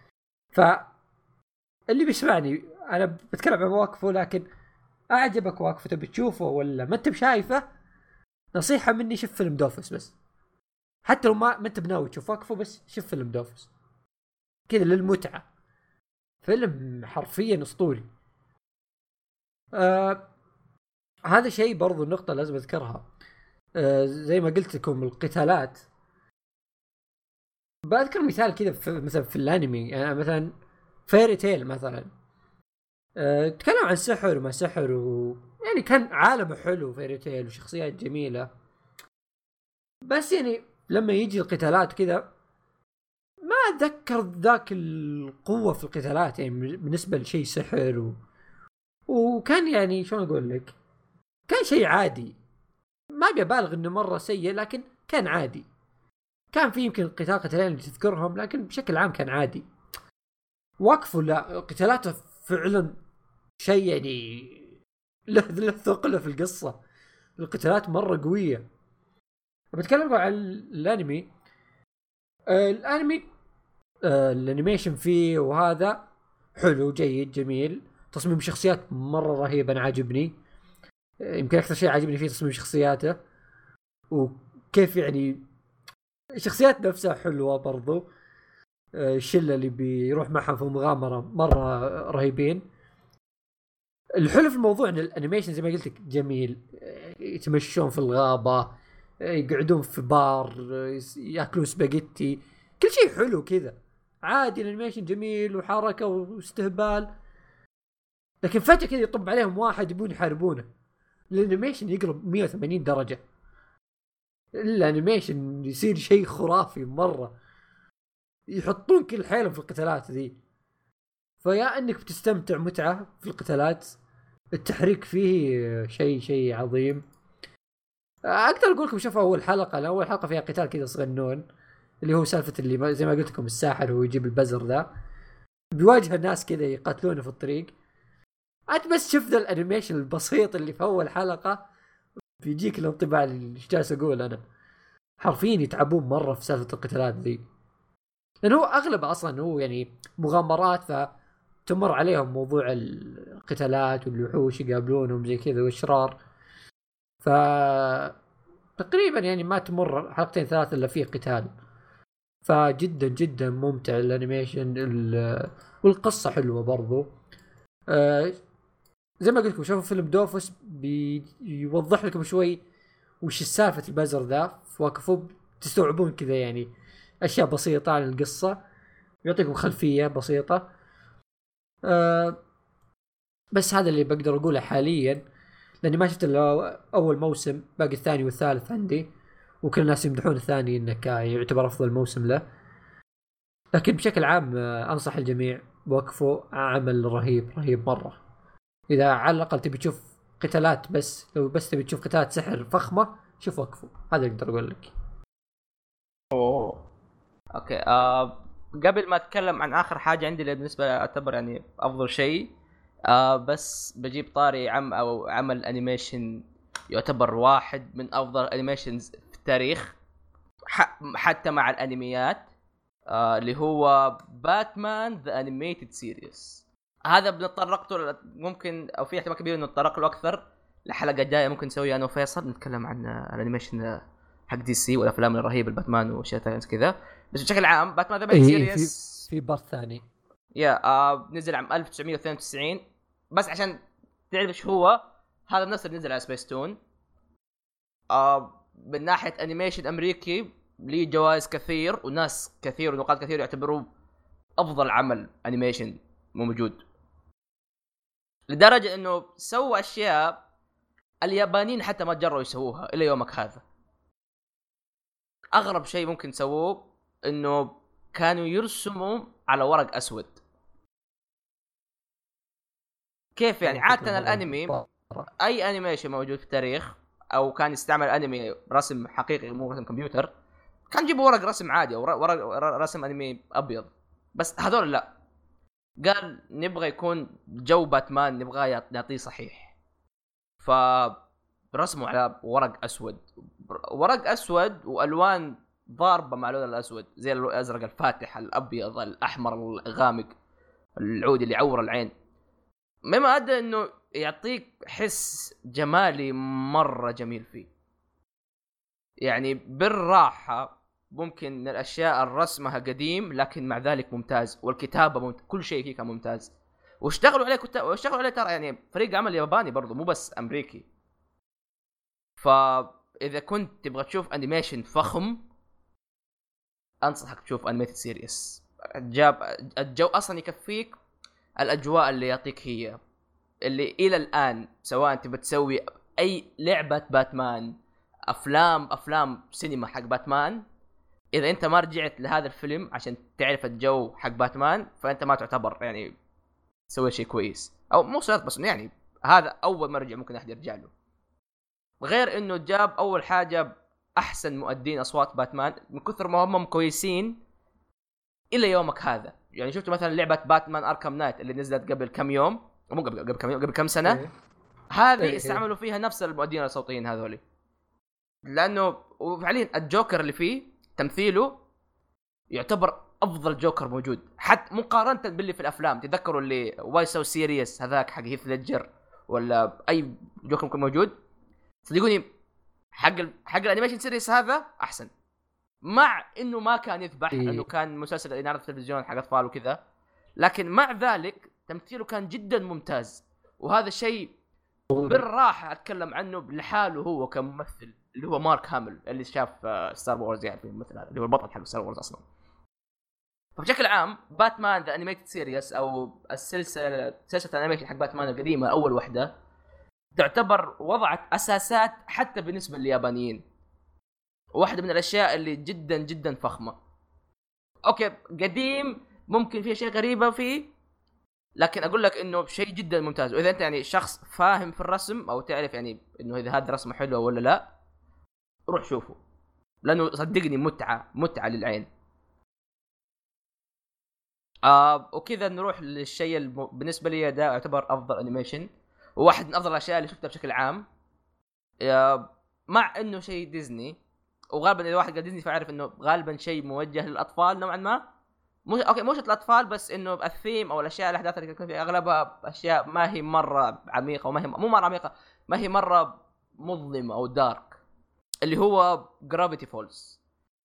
فاللي بيسمعني انا بتكلم عن مواقفه، لكن اعجبك واقفه تبي تشوفه ولا ما انت بشايفه، نصيحه مني شوف فيلم دوفوس بس، حتى لو ما ما انت بناوي تشوف واقفه، بس شوف فيلم دوفوس كذا للمتعه. فيلم حرفيا اسطوري. آه هذا شيء برضو النقطه لازم اذكرها. آه زي ما قلت لكم القتالات، بذكر مثال كذا في مثلا في الانمي يعني مثلا فيري تيل مثلا، أه تكلم عن سحر وما سحر و... يعني كان عالم حلو فيري تيل وشخصيات جميلة، بس يعني لما يجي القتالات كذا ما أتذكر ذاك القوة في القتالات يعني بالنسبة لشيء سحر و... وكان يعني شلون أقول لك، كان شيء عادي، ما بيبالغ إنه مرة سيء لكن كان عادي. كان في يمكن قتال قتالين اللي تذكرهم لكن بشكل عام كان عادي. وقفوا لا قتالاته فعلا شيء يعني له له ثقله في القصه، القتالات مره قويه. بتكلم عن الانمي. آه الانمي آه الانيميشن فيه وهذا حلو جيد جميل، تصميم شخصيات مره رهيب انا عاجبني. آه يمكن اكثر شيء عاجبني فيه تصميم شخصياته، وكيف يعني الشخصيات نفسها حلوه برضو. آه الشله اللي بيروح معهم في مغامره مره رهيبين. الحلو في الموضوع ان الانيميشن زي ما قلت لك جميل، يتمشون في الغابه، يقعدون في بار، ياكلون سباجيتي، كل شيء حلو كذا عادي. الانيميشن جميل وحركه واستهبال، لكن فجاه كذا يطب عليهم واحد يبون يحاربونه، الانيميشن يقلب مية وثمانين درجه، الانيميشن يصير شيء خرافي مره، يحطون كل حيلهم في القتالات ذي. فيا انك بتستمتع متعه في القتالات التحريك فيه شيء شيء عظيم. اقدر اقول لكم شوفوا اول حلقه، لأ اول حلقه فيها قتال كذا صغنون، اللي هو سالفه اللي ما- زي ما قلت لكم الساحر هو يجيب البزر ذا بيواجه الناس كذا يقاتلونه في الطريق. انت بس شفت الانيميشن البسيط اللي في اول حلقه بيجيك الانطباع اللي ايش جالس اقول انا. حرفيا يتعبون مره في سالفه القتالات ذي، لانه هو اغلب اصلا هو يعني مغامرات، فتمر عليهم موضوع القتالات والوحوش يقابلونهم زي كذا والاشرار. ف تقريبا يعني ما تمر حلقتين ثلاثه الا فيه قتال. فجدا جدا ممتع الانيميشن ال- والقصه حلوه برضو. آه زي ما قلت لكم شوفوا فيلم دوفوس بيوضح لكم شوي وش السالفه البزر ذا، فوقفوا تستوعبون كذا يعني اشياء بسيطه عن القصه، يعطيكم خلفيه بسيطه. آه بس هذا اللي بقدر اقوله حاليا، لاني ما شفت الا اول موسم، باقي الثاني والثالث عندي، وكل الناس يمدحون الثاني انه يعتبر افضل موسم له. لكن بشكل عام آه، انصح الجميع بوقفوا، عمل رهيب رهيب مره. اذا على الاقل تبي تشوف قتالات، بس لو بس تبي تشوف قتالات سحر فخمه شوف وقفوا، هذا اللي اقدر اقول لك. اوه اوكي. آه قبل ما اتكلم عن اخر حاجه عندي اللي بالنسبه لي اعتبر يعني افضل شيء، آه بس بجيب طاري عم او عمل انيميشن يعتبر واحد من افضل انيميشنز في التاريخ ح- حتى مع الانميات، آه اللي هو باتمان ذا انيميتد سيريس. هذا بنتطرق له ممكن، او في احتمال كبير انه نتطرق له اكثر لحلقه جايه ممكن نسويها انا وفيصل، نتكلم عن آه، الانيميشن حق دي سي والافلام الرهيبه الباتمان واشياء كذا. بس بشكل عام باتمان ذا انيميتد اي في سيريس في بارت ثاني. يا آه نزل عام ألف وتسعمية واثنين وتسعين. بس عشان تعرف ايش هو، هذا النص اللي نزل على سبيستون. آه من ناحيه انيميشن امريكي ليه جوائز كثير وناس كثير ونقاد كثير يعتبروه افضل عمل انيميشن موجود، لدرجه انه سوى اشياء اليابانيين حتى ما جروا يسووها الى يومك هذا. اغرب شيء ممكن سووه انه كانوا يرسموا على ورق اسود. كيف يعني؟ عاده الانمي اي انيميشن موجود في التاريخ او كان يستعمل انمي رسم حقيقي مو رسم كمبيوتر، كان يجيب ورق رسم عادي او ورق رسم انمي ابيض. بس هذول لا، قال نبغى يكون جو باتمان نبغاه نعطيه صحيح، فرسموا على ورق اسود، ورق اسود والوان ضاربه مع اللون الاسود زي الازرق الفاتح الابيض الاحمر الغامق العودي اللي يعور العين، مما ادى انه يعطيك حس جمالي مره جميل فيه. يعني بالراحه ممكن من الاشياء الرسمها قديم لكن مع ذلك ممتاز، والكتابه ممتاز، كل شيء فيه كان ممتاز. واشتغلوا عليه كتاب، واشتغلوا عليه ترى يعني فريق عمل ياباني برضو مو بس امريكي. فاذا كنت تبغى تشوف انيميشن فخم انصحك تشوف انيميتد سيريس. جاب الجو اصلا يكفيك، الاجواء اللي يعطيك هي اللي الى الان سواء تبى تسوي اي لعبه باتمان، افلام افلام سينما حق باتمان، اذا انت ما رجعت لهذا الفيلم عشان تعرف الجو حق باتمان فانت ما تعتبر يعني سوي شيء كويس، او مو شرط بس يعني هذا اول مرجع ممكن احد يرجع له. غير انه جاب اول حاجه احسن مؤدين اصوات باتمان من كثر ما هم كويسين الى يومك هذا. يعني شفتوا مثلا لعبه باتمان اركام نايت اللي نزلت قبل كم يوم، مو قبل قبل كم يوم، قبل كم سنه، إيه. هذه إيه. استعملوا فيها نفس المؤدين الصوتيين هذولي، لانه وفعليا الجوكر اللي فيه تمثيله يعتبر افضل جوكر موجود حتى مقارنه باللي في الافلام. تذكروا اللي واي سو سيريس هذاك حق هيث ليدجر ولا اي جوكر ممكن موجود، صدقوني حق ال... حق الانيميشن سيريس هذا احسن، مع انه ما كان يذبح إيه. انه كان مسلسل اناره التلفزيون حق اطفال وكذا، لكن مع ذلك تمثيله كان جدا ممتاز. وهذا الشيء بالراحه اتكلم عنه لحاله هو كممثل، اللي هو مارك هامل اللي شاف ستار وورز يعني مثل هذا اللي هو البطل حق ستار وورز اصلا. فبشكل عام باتمان ذا انيميتد سيريس او السلسله سلسله الانيميشن حق باتمان القديمه اول وحده تعتبر وضعت اساسات حتى بالنسبه لليابانيين، واحده من الاشياء اللي جدا جدا فخمه. اوكي قديم ممكن في اشياء غريبه فيه، لكن اقول لك انه شيء جدا ممتاز، واذا انت يعني شخص فاهم في الرسم او تعرف يعني انه اذا هذا رسمه حلوه ولا لا، روح شوفه، لانه صدقني متعه متعه للعين. آه وكذا نروح للشيء الم... بالنسبه لي ده يعتبر افضل انيميشن، وواحد من افضل الاشياء اللي شفتها بشكل عام. آه مع انه شيء ديزني، وغالبا اذا واحد قال ديزني فعرف انه غالبا شيء موجه للاطفال نوعا ما. مو اوكي مو شرط الاطفال، بس انه الثيم او الاشياء الاحداث اللي تكون فيها اغلبها اشياء ما هي مره عميقه، وما هي مو مره عميقه، ما هي مره مظلمه او دارك، اللي هو جرافيتي فولز.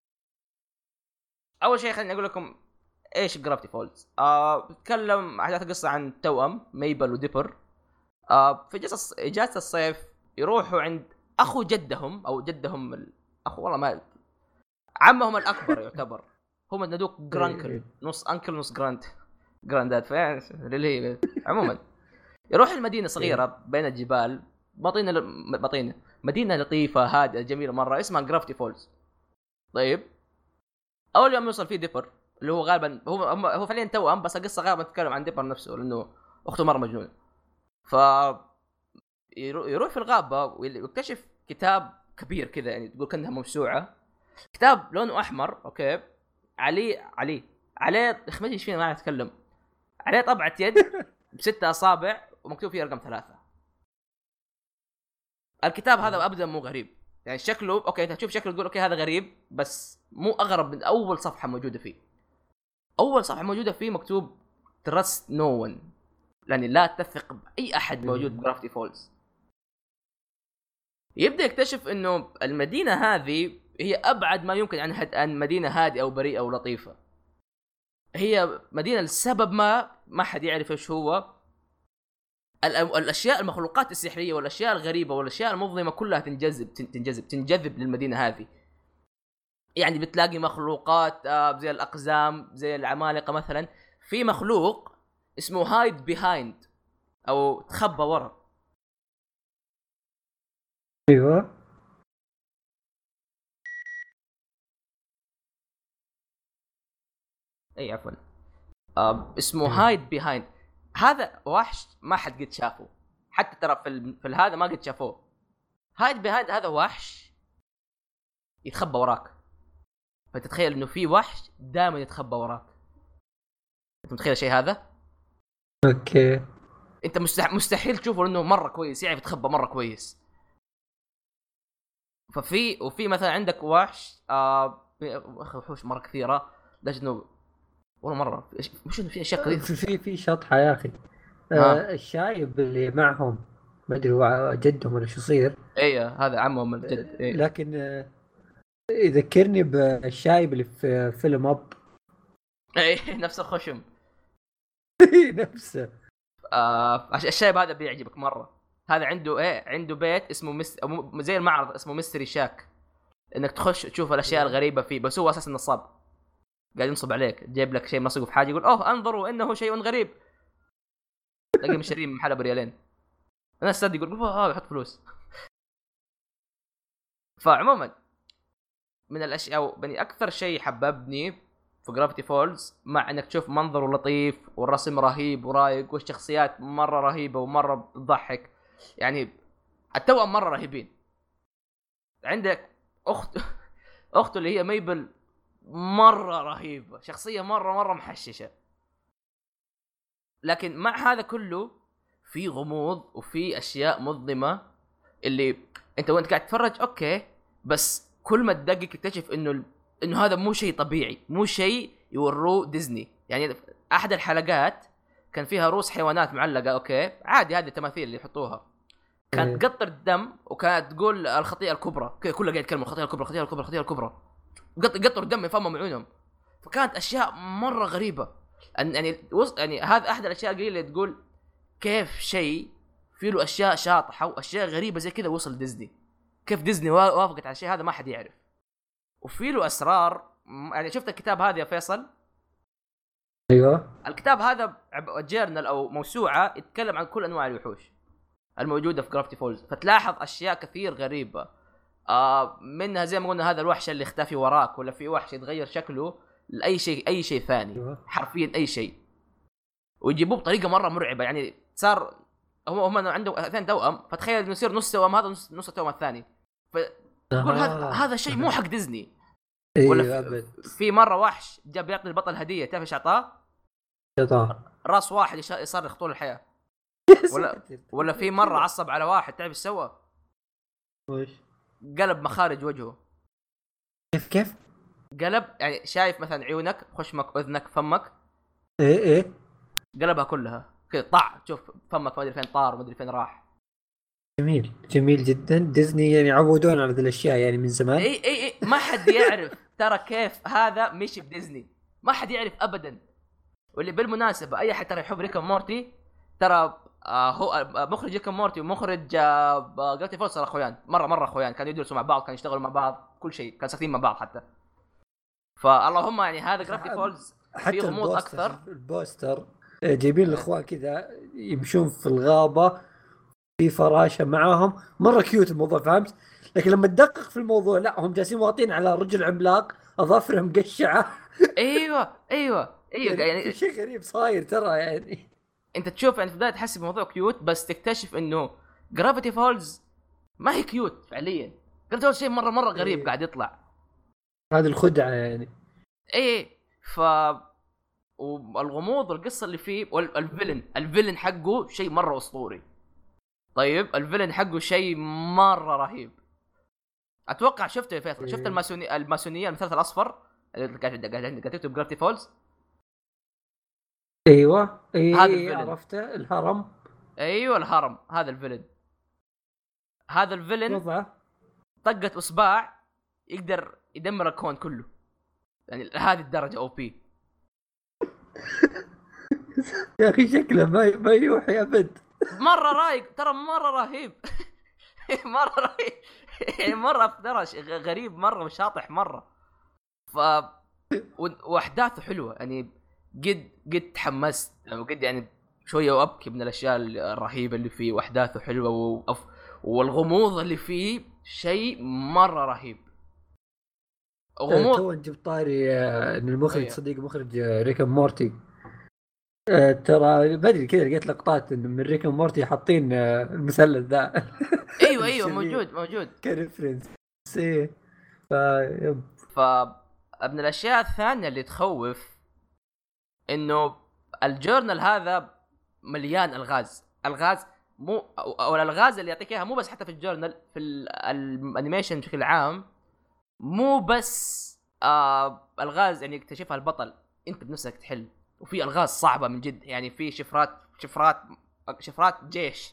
اول شيء خليني اقول لكم ايش جرافيتي فولز. آه بتكلم احداث القصه عن توأم ميبل وديبر. آه في جلسه اجازه الصيف يروحوا عند اخو جدهم او جدهم الاخو، والله ما عمهم الاكبر يعتبر، هم ندوك جرانكل، نص انكل نص جراند جرانداد، فاهم اللي عموما. يروح المدينه صغيره بين الجبال، بطينه بطينه مدينه لطيفه هادئه جميله مره اسمها جرافيتي فولز. طيب اول يوم يوصل فيه ديبر اللي هو غالبا هو هو فعليا توأم، بس القصه غالبا تتكلم عن ديبر نفسه لانه اخته مره مجنونه. ف يروح في الغابه ويكتشف كتاب كبير كذا، يعني تقول كانها موسوعه، كتاب لونه احمر اوكي، عليه عليه عليه ما ادري ايش فينا ما اتكلم، عليه طبعه يد بستة اصابع ومكتوب فيه رقم ثلاثة. الكتاب هذا ابدا مو غريب، يعني شكله اوكي انت تشوف شكله تقول اوكي هذا غريب، بس مو اغرب من اول صفحه موجوده فيه. اول صفحه موجوده فيه مكتوب تراست نو ون، يعني لا تثق باي احد موجود بجرافيتي فولز. يبدا يكتشف انه المدينه هذه هي ابعد ما يمكن عن هد... عن مدينه هادئه وبريئه ولطيفه. هي مدينه لسبب ما ما حد يعرف ايش هو. الاشياء المخلوقات السحريه والاشياء الغريبه والاشياء المظلمه كلها تنجذب تنجذب تنجذب للمدينه هذه. يعني بتلاقي مخلوقات زي الاقزام زي العمالقه مثلا، في مخلوق اسمه هايد بيهايند او تخبى ورا. ايوه اي عفوا آه اسمه هايد بيهايند. هذا وحش ما حد قد شافه، حتى ترى في ال... في هذا ما قد شافوه. هايد بيهايند هذا وحش يتخبى وراك، فتتخيل انه في وحش دائما يتخبى وراك. انت متخيل الشيء هذا؟ اوكي انت مستح... مستحيل تشوفه لانه مره كويس، يعرف يتخبى مره كويس. ففي وفي مثلا عندك وحش آه وحوش مره كثيره لانه والله مره مش انه في اشياء كثيره. في في في شطحه يا اخي. آه الشايب اللي معهم ما ادري جدهم ولا شو يصير. ايه هذا عمهم الجد. إيه. لكن آه يذكرني بالشايب اللي في فيلم اب. ايه نفس الخشم نفسه. آه الشايب هذا بيعجبك مره. هذا عنده ايه عنده بيت اسمه مس... زي المعرض اسمه ميستري شاك، انك تخش تشوف الاشياء الغريبه فيه، بس هو اساسا نصاب قاعد ينصب عليك، جايب لك شيء ملصق في حاجه يقول اوه انظروا انه شيء غريب، تلاقي مشتري من محل بريالين. انا استدي يقول اوه هذا حط فلوس. فعموما من الاشياء بني اكثر شيء حببني في جرافيتي فولز، مع انك تشوف منظره لطيف والرسم رهيب ورايق والشخصيات مره رهيبه ومره تضحك. يعني التوأم مره رهيبين. عندك اخت اخته اللي هي ميبل مره رهيبه، شخصيه مره مره محششه. لكن مع هذا كله في غموض وفي اشياء مظلمه اللي انت وانت قاعد تتفرج اوكي، بس كل ما تدقق تكتشف انه انه هذا مو شيء طبيعي، مو شيء يوروه ديزني. يعني احد الحلقات كان فيها رؤوس حيوانات معلقه اوكي عادي، هذه التماثيل اللي يحطوها كانت تقطر الدم، وكانت تقول الخطيئه الكبرى كذا، كلها قاعد يتكلموا الخطيئه الكبرى الخطيئه الكبرى الخطيئه الكبرى، قطر الدم من فمهم وعيونهم. فكانت اشياء مره غريبه. يعني يعني هذا احد الاشياء القليله اللي تقول كيف شيء فيه له اشياء شاطحه واشياء غريبه زي كذا وصل ديزني، كيف ديزني وافقت على الشيء هذا ما حد يعرف، وفي له اسرار. يعني شفت الكتاب هذا يا فيصل؟ ايوه الكتاب هذا جيرنال او موسوعه يتكلم عن كل انواع الوحوش الموجوده في جرافيتي فولز، فتلاحظ اشياء كثير غريبه. آه منها زي ما قلنا هذا الوحش اللي اختفي وراك، ولا في وحش يتغير شكله لاي شيء اي شيء ثاني، حرفيا اي شيء. ويجيبوه بطريقه مره مرعبه. يعني صار هم هم عندهم اثنين توأم، فتخيل انه يصير نص توأم هذا نص نص التوأم الثاني. فتقول آه. هذا هذا شيء مو حق ديزني. ايوه ولا في, في مره وحش جاب يعطي البطل هديه، تعرف ايش اعطاه؟ راس واحد يصرخ طول الحياه. ولا ولا في مره عصب على واحد، تعرف ايش سوى؟ وش قلب مخارج وجهه. كيف كيف قلب يعني شايف مثلا عيونك، خشمك، اذنك، فمك، ايه ايه قلبها كلها كذا طع. تشوف فمك ما ادري فين طار، ما ادري فين راح. جميل جميل جدا. ديزني يعني عودونا على ذي الاشياء يعني من زمان. اي اي اي ما حد يعرف ترى كيف هذا مش بديزني، ما حد يعرف ابدا. واللي بالمناسبه اي حد ترى يحب ريكا مورتي، ترى آه هو آه مخرج ريكا مورتي ومخرج آه جرافيتي فولز صار اخويان، مره مره اخويان، كانوا يدرسوا مع بعض، كانوا يشتغلوا مع بعض، كل شيء كانوا ساكنين مع بعض حتى. فاللهم يعني هذا جرافيتي فولز في غموض اكثر. البوستر جايبين الاخوان كذا يمشون في الغابه في فراشه معاهم، مره كيوت الموضوع فهمت. لكن لما تدقق في الموضوع لا، هم جالسين واطين على رجل عملاق اظافرهم مقشعه. ايوه ايوه ايوه يعني في شيء غريب صاير ترى يعني. انت تشوف يعني في البدايه تحس الموضوع كيوت، بس تكتشف انه جرافيتي فولز ما هي كيوت فعليا. جرافيتي فولز شيء مره مره غريب إيه. قاعد يطلع. هذه الخدعه يعني. ايه ف والغموض والقصه اللي فيه والفيلن الفيلن حقه شيء مره اسطوري. طيب الفيلن حقه شيء مره رهيب. اتوقع شفته يا فيصل. شفت الماسوني الماسونيه المثلث الاصفر اللي قاعد قاعد تكتب جرافيتي فولز؟ ايوه ايه هذا الفيلن. عرفته الهرم. ايوه الهرم، هذا الفيلن. هذا الفيلن وضعه طقة اصبع يقدر يدمر الكون كله. يعني لهذه الدرجه او بي. يا اخي شكله ما ما يوحي ابد. مره رايق ترى، مره رهيب. مره رهيب يعني مره في درجه غريب مره وشاطح مره. ف واحداثه حلوه يعني. قد قد تحمست يعني، قد يعني شويه وابكي من الاشياء الرهيبه اللي فيه، واحداثه حلوه وأف... والغموض اللي فيه شيء مره رهيب. غموض. تو جبت طاري ان المخرج أيه. صديق مخرج ريكا مورتي. أه ترى بدري كذا لقيت لقطات انه من ريكا مورتي حاطين المثلث ذا. ايوه ايوه موجود موجود كريفرنس. ايه ف ف من الاشياء الثانيه اللي تخوف انه الجورنال هذا مليان الغاز. الغاز مو او الالغاز اللي يعطيك اياها مو بس حتى في الجورنال، في الانيميشن بشكل عام مو بس آه الغاز يعني يكتشفها البطل، انت بنفسك تحل. وفي الغاز صعبه من جد يعني. في شفرات شفرات شفرات جيش.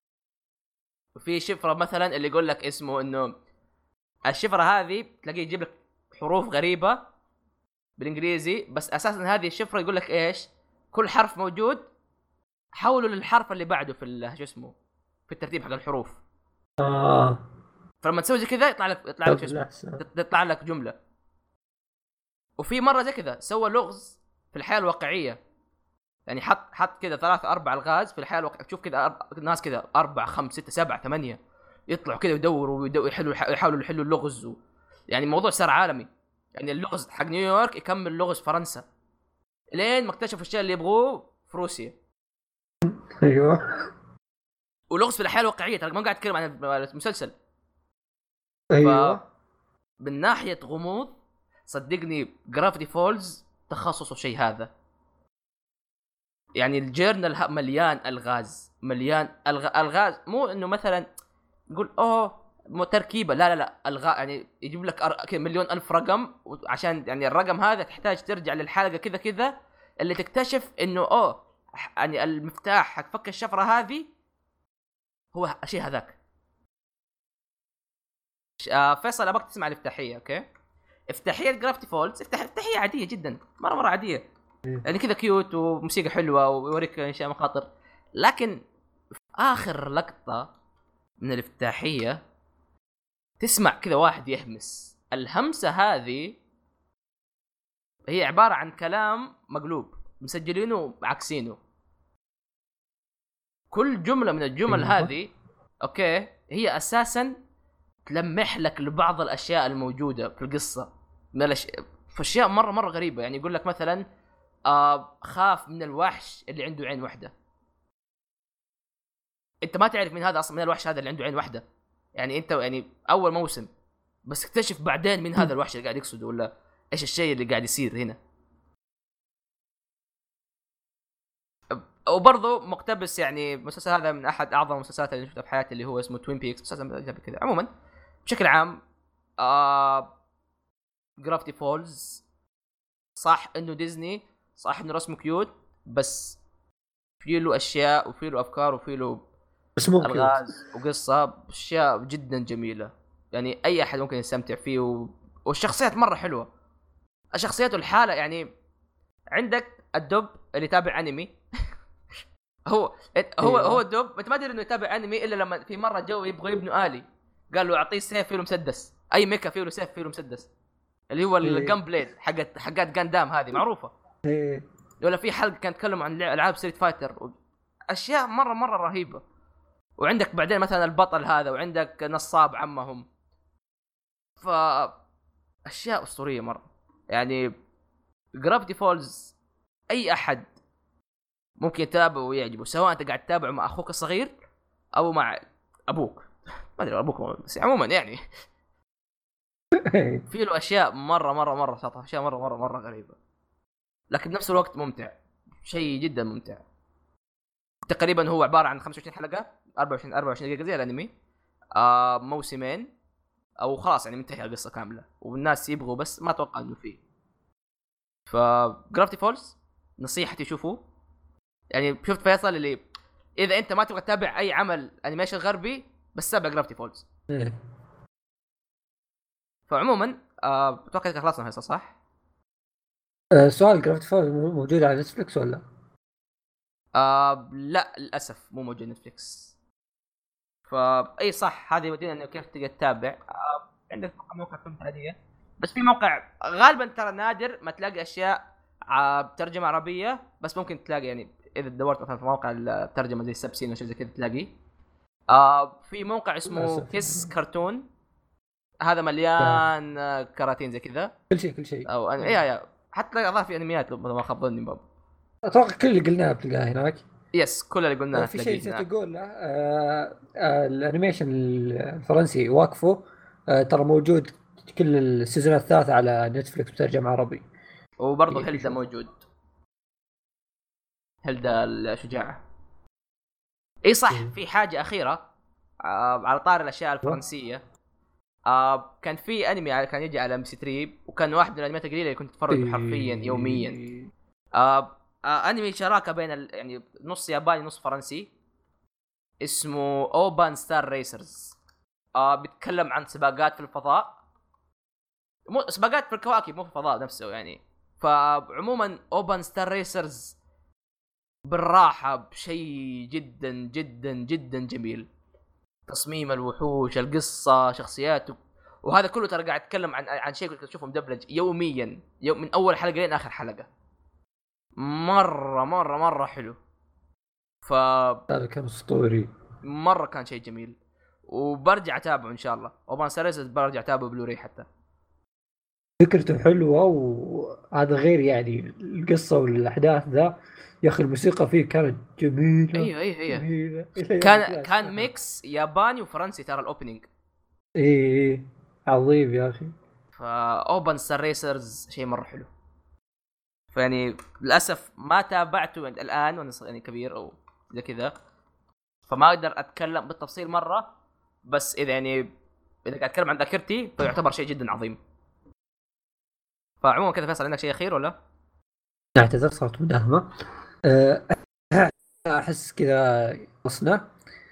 وفي شفره مثلا اللي يقول لك اسمه انه الشفره هذه تلاقيه يجيب لك حروف غريبه بالانجليزي، بس اساسا هذه الشفره يقول لك ايش، كل حرف موجود حولوا للحرف اللي بعده في شو اسمه في الترتيب حق الحروف. اه فلما تسوي زي كذا يطلع لك يطلع لك شو اسمه تطلع لك جمله. وفي مره زي كذا سوى لغز في الحياه الواقعيه، يعني حط حط كذا ثلاثة أربعة الغاز في الحياه الواقعيه. تشوف كذا أرب... ناس كذا أربعة خمسة ستة سبعة ثمانية يطلعوا كذا يدوروا ويدوروا يحلوا يحاولوا يحلوا اللغز و... يعني الموضوع صار عالمي. يعني اللغز حق نيويورك يكمل لغز فرنسا لين ما اكتشفوا الشيء اللي يبغوه في روسيا. ايوه ولغز في الحياه الواقعيه، ترى ما قاعد اتكلم عن المسلسل. ايوه ف... من ناحيه غموض صدقني جرافيتي فولز تخصصه شيء هذا. يعني الجورنال مليان الغاز، مليان الغ... الغاز. مو انه مثلا نقول اوه مو تركيبه، لا لا لا الغاء يعني يجيب لك أر... مليون الف رقم، عشان يعني الرقم هذا تحتاج ترجع للحلقه كذا كذا اللي تكتشف انه اوه يعني المفتاح حق فك الشفره هذه هو الشيء هذاك. آه فيصل ابغاك تسمع الافتتاحيه. اوكي افتتاحيه جرافيتي فولز افتتاح افتتاحيه عاديه جدا، مره مره عاديه يعني كذا كيوت وموسيقى حلوه ويوريك اشياء مخاطر. لكن في اخر لقطه من الافتتاحيه تسمع كذا واحد يهمس. الهمسه هذه هي عباره عن كلام مقلوب مسجلينه عكسينه. كل جمله من الجمل هذه اوكي هي اساسا تلمح لك لبعض الاشياء الموجوده في القصه من الأش... في اشياء مره مره غريبه. يعني يقول لك مثلا آه خاف من الوحش اللي عنده عين واحده. انت ما تعرف من هذا اصلا، من الوحش هذا اللي عنده عين واحده. يعني انت يعني اول موسم بس اكتشف بعدين من هذا الوحش اللي قاعد يقصده، ولا ايش الشيء اللي قاعد يصير هنا. وبرضه مقتبس يعني المسلسل هذا من احد اعظم المسلسلات اللي شفتها في حياتي، اللي هو اسمه توين بيكس، مسلسل كذا. عموما بشكل عام آه جرافيتي فولز صح انه ديزني، صح انه رسمه كيوت، بس في له اشياء وفي له افكار وفي له بس مو الغاز وقصه، اشياء جدا جميله يعني اي احد ممكن يستمتع فيه و... والشخصيات مره حلوه، شخصياته الحاله. يعني عندك الدب اللي يتابع انمي هو هو هو الدب انت ما تدري انه يتابع انمي الا لما في مره جو يبغى يبنوا آلي، قال له اعطيه سيف فيه له مسدس، اي ميكا فيه له سيف فيه له مسدس، اللي هو الجن بليد حقت حقات جاندام هذه معروفه. ولا في حلقه كان يتكلم عن العاب ستريت فايتر، اشياء مره مره رهيبه. وعندك بعدين مثلا البطل هذا، وعندك نصاب عمهم، ف اشياء اسطوريه مره. يعني جرافيتي فولز اي احد ممكن يتابعه ويعجبه، سواء انت قاعد تتابعه مع اخوك الصغير او مع ابوك، ما ادري ابوك، بس عموما يعني في له اشياء مره مره مره سطح، اشياء مره مره مره غريبه، لكن بنفس الوقت ممتع، شيء جدا ممتع. تقريبا هو عباره عن خمسة وعشرين حلقه، أربعة وعشرين أربعة وعشرين دقيقه زي الانمي، آه موسمين او خلاص يعني منتهي القصه كامله، والناس يبغوا بس ما اتوقع انه فيه. فجرافيتي فولز نصيحتي شوفوه. يعني شفت فيصل اللي اذا انت ما تبغى تتابع اي عمل انيميشن غربي بس تابع جرافيتي فولز. فعموما آه اتوقع كده خلصنا فيصل صح؟ أه سؤال، جرافيتي فولز موجود على نتفلكس ولا؟ آه لا للاسف مو موجود نتفلكس. فاي صح، هذه ودينا انه كيف تقدر تتابع. آه عندك موقع كنت عاديه، بس في موقع غالبا ترى نادر ما تلاقي اشياء بترجمه عربيه، بس ممكن تلاقي يعني اذا دورت مثلا في موقع الترجمه زي سبسين او شيء زي كذا تلاقي. آه في موقع اسمه كيس كرتون، هذا مليان كراتين زي كذا، كل شيء كل شيء او يا يا حتى اضاف في انميات ما خبرني باب. اتوقع كل اللي قلناه بتلقاه هناك. يس كل اللي قلناه في شيء نسيت اقول، آه آه الانيميشن الفرنسي واقفه، آه ترى موجود كل السيزونات الثلاثه على نتفلكس بترجمه عربي. وبرضه هيلدا موجود، هيلدا الشجاعه. اي صح. في حاجه اخيره آه على طار الاشياء الفرنسيه، آه كان في انمي كان يجي على ام سي ثلاثة، وكان واحد من الانميات القليله اللي كنت اتفرج حرفيا يوميا. آه آه انمي شراكه بين ال... يعني نص ياباني نص فرنسي، اسمه اوبان ستار ريسرز. آه بيتكلم عن سباقات في الفضاء، مو سباقات في الكواكب مو في الفضاء نفسه يعني. فعموما اوبان ستار ريسرز بالراحه بشيء جدا جدا جدا جميل، تصميم الوحوش، القصه، شخصياته، وهذا كله ترى قاعد اتكلم عن عن شيء كنت اشوفه مدبلج يوميا يوم من اول حلقه لين اخر حلقه. مره مره مره حلو. ف هذا كان اسطوري مره، كان شيء جميل، وبرجع اتابعه ان شاء الله. اوبان سيريز برجع اتابعه بلوري حتى. فكرته حلوه، وهذا غير يعني القصه والاحداث ذا. يا اخي الموسيقى فيه كانت جميله. ايوه ايوه ايوه جميلة. كان كان ميكس ياباني وفرنسي ترى الاوبننج. ايه عظيم يا اخي. فاوبن ستار ريسرز شيء مره حلو. فيعني للاسف ما تابعته الان وانا يعني كبير او زي كذا، فما اقدر اتكلم بالتفصيل مره. بس اذا يعني اذا قاعد اتكلم عن ذاكرتي فيعتبر شيء جدا عظيم. فعموما كذا فيصل، عندك شيء اخير ولا؟ اعتذر صارت مداهمه. أه احس كذا خلصنا.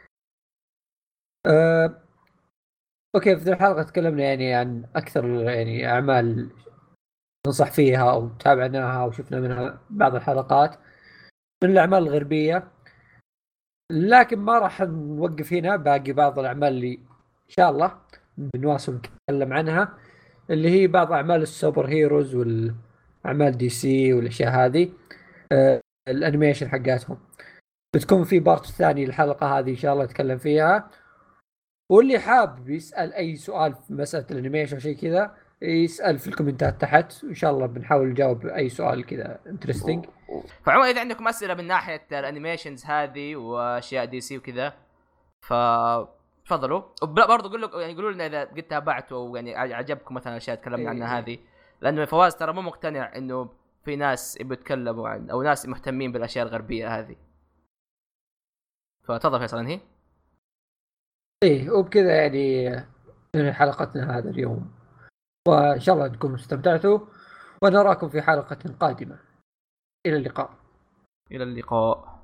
أه اوكي، في الحلقه تكلمنا يعني عن اكثر يعني اعمال ننصح فيها او تابعناها وشفنا منها بعض الحلقات من الاعمال الغربيه، لكن ما راح نوقف هنا. باقي بعض الاعمال اللي ان شاء الله بنواصل نتكلم عنها، اللي هي بعض اعمال السوبر هيروز والاعمال دي سي والاشياء هذه، أه الانيميشن حقاتهم. بتكون في بارت ثاني للحلقه هذه ان شاء الله نتكلم فيها. واللي حاب يسال اي سؤال في مساله الانيميشن شيء كذا يسال في الكومنتات تحت، وان شاء الله بنحاول نجاوب اي سؤال كذا انترستنج. فعموما اذا عندكم اسئله من ناحيه الانيميشنز هذه واشياء دي سي وكذا ف تفضلوا. برضه اقول لكم يعني قولوا لنا اذا قد تابعتوا او يعني عجبكم مثلا اشياء تكلمنا عنها هذه، لانه فواز ترى مو مقتنع انه في ناس بيتكلموا عن او ناس مهتمين بالاشياء الغربيه هذه. فتفضل فيصل انهي. ايه وبكذا يعني ننهي حلقتنا هذا اليوم، وان شاء الله انكم استمتعتوا، ونراكم في حلقه قادمه. الى اللقاء. الى اللقاء.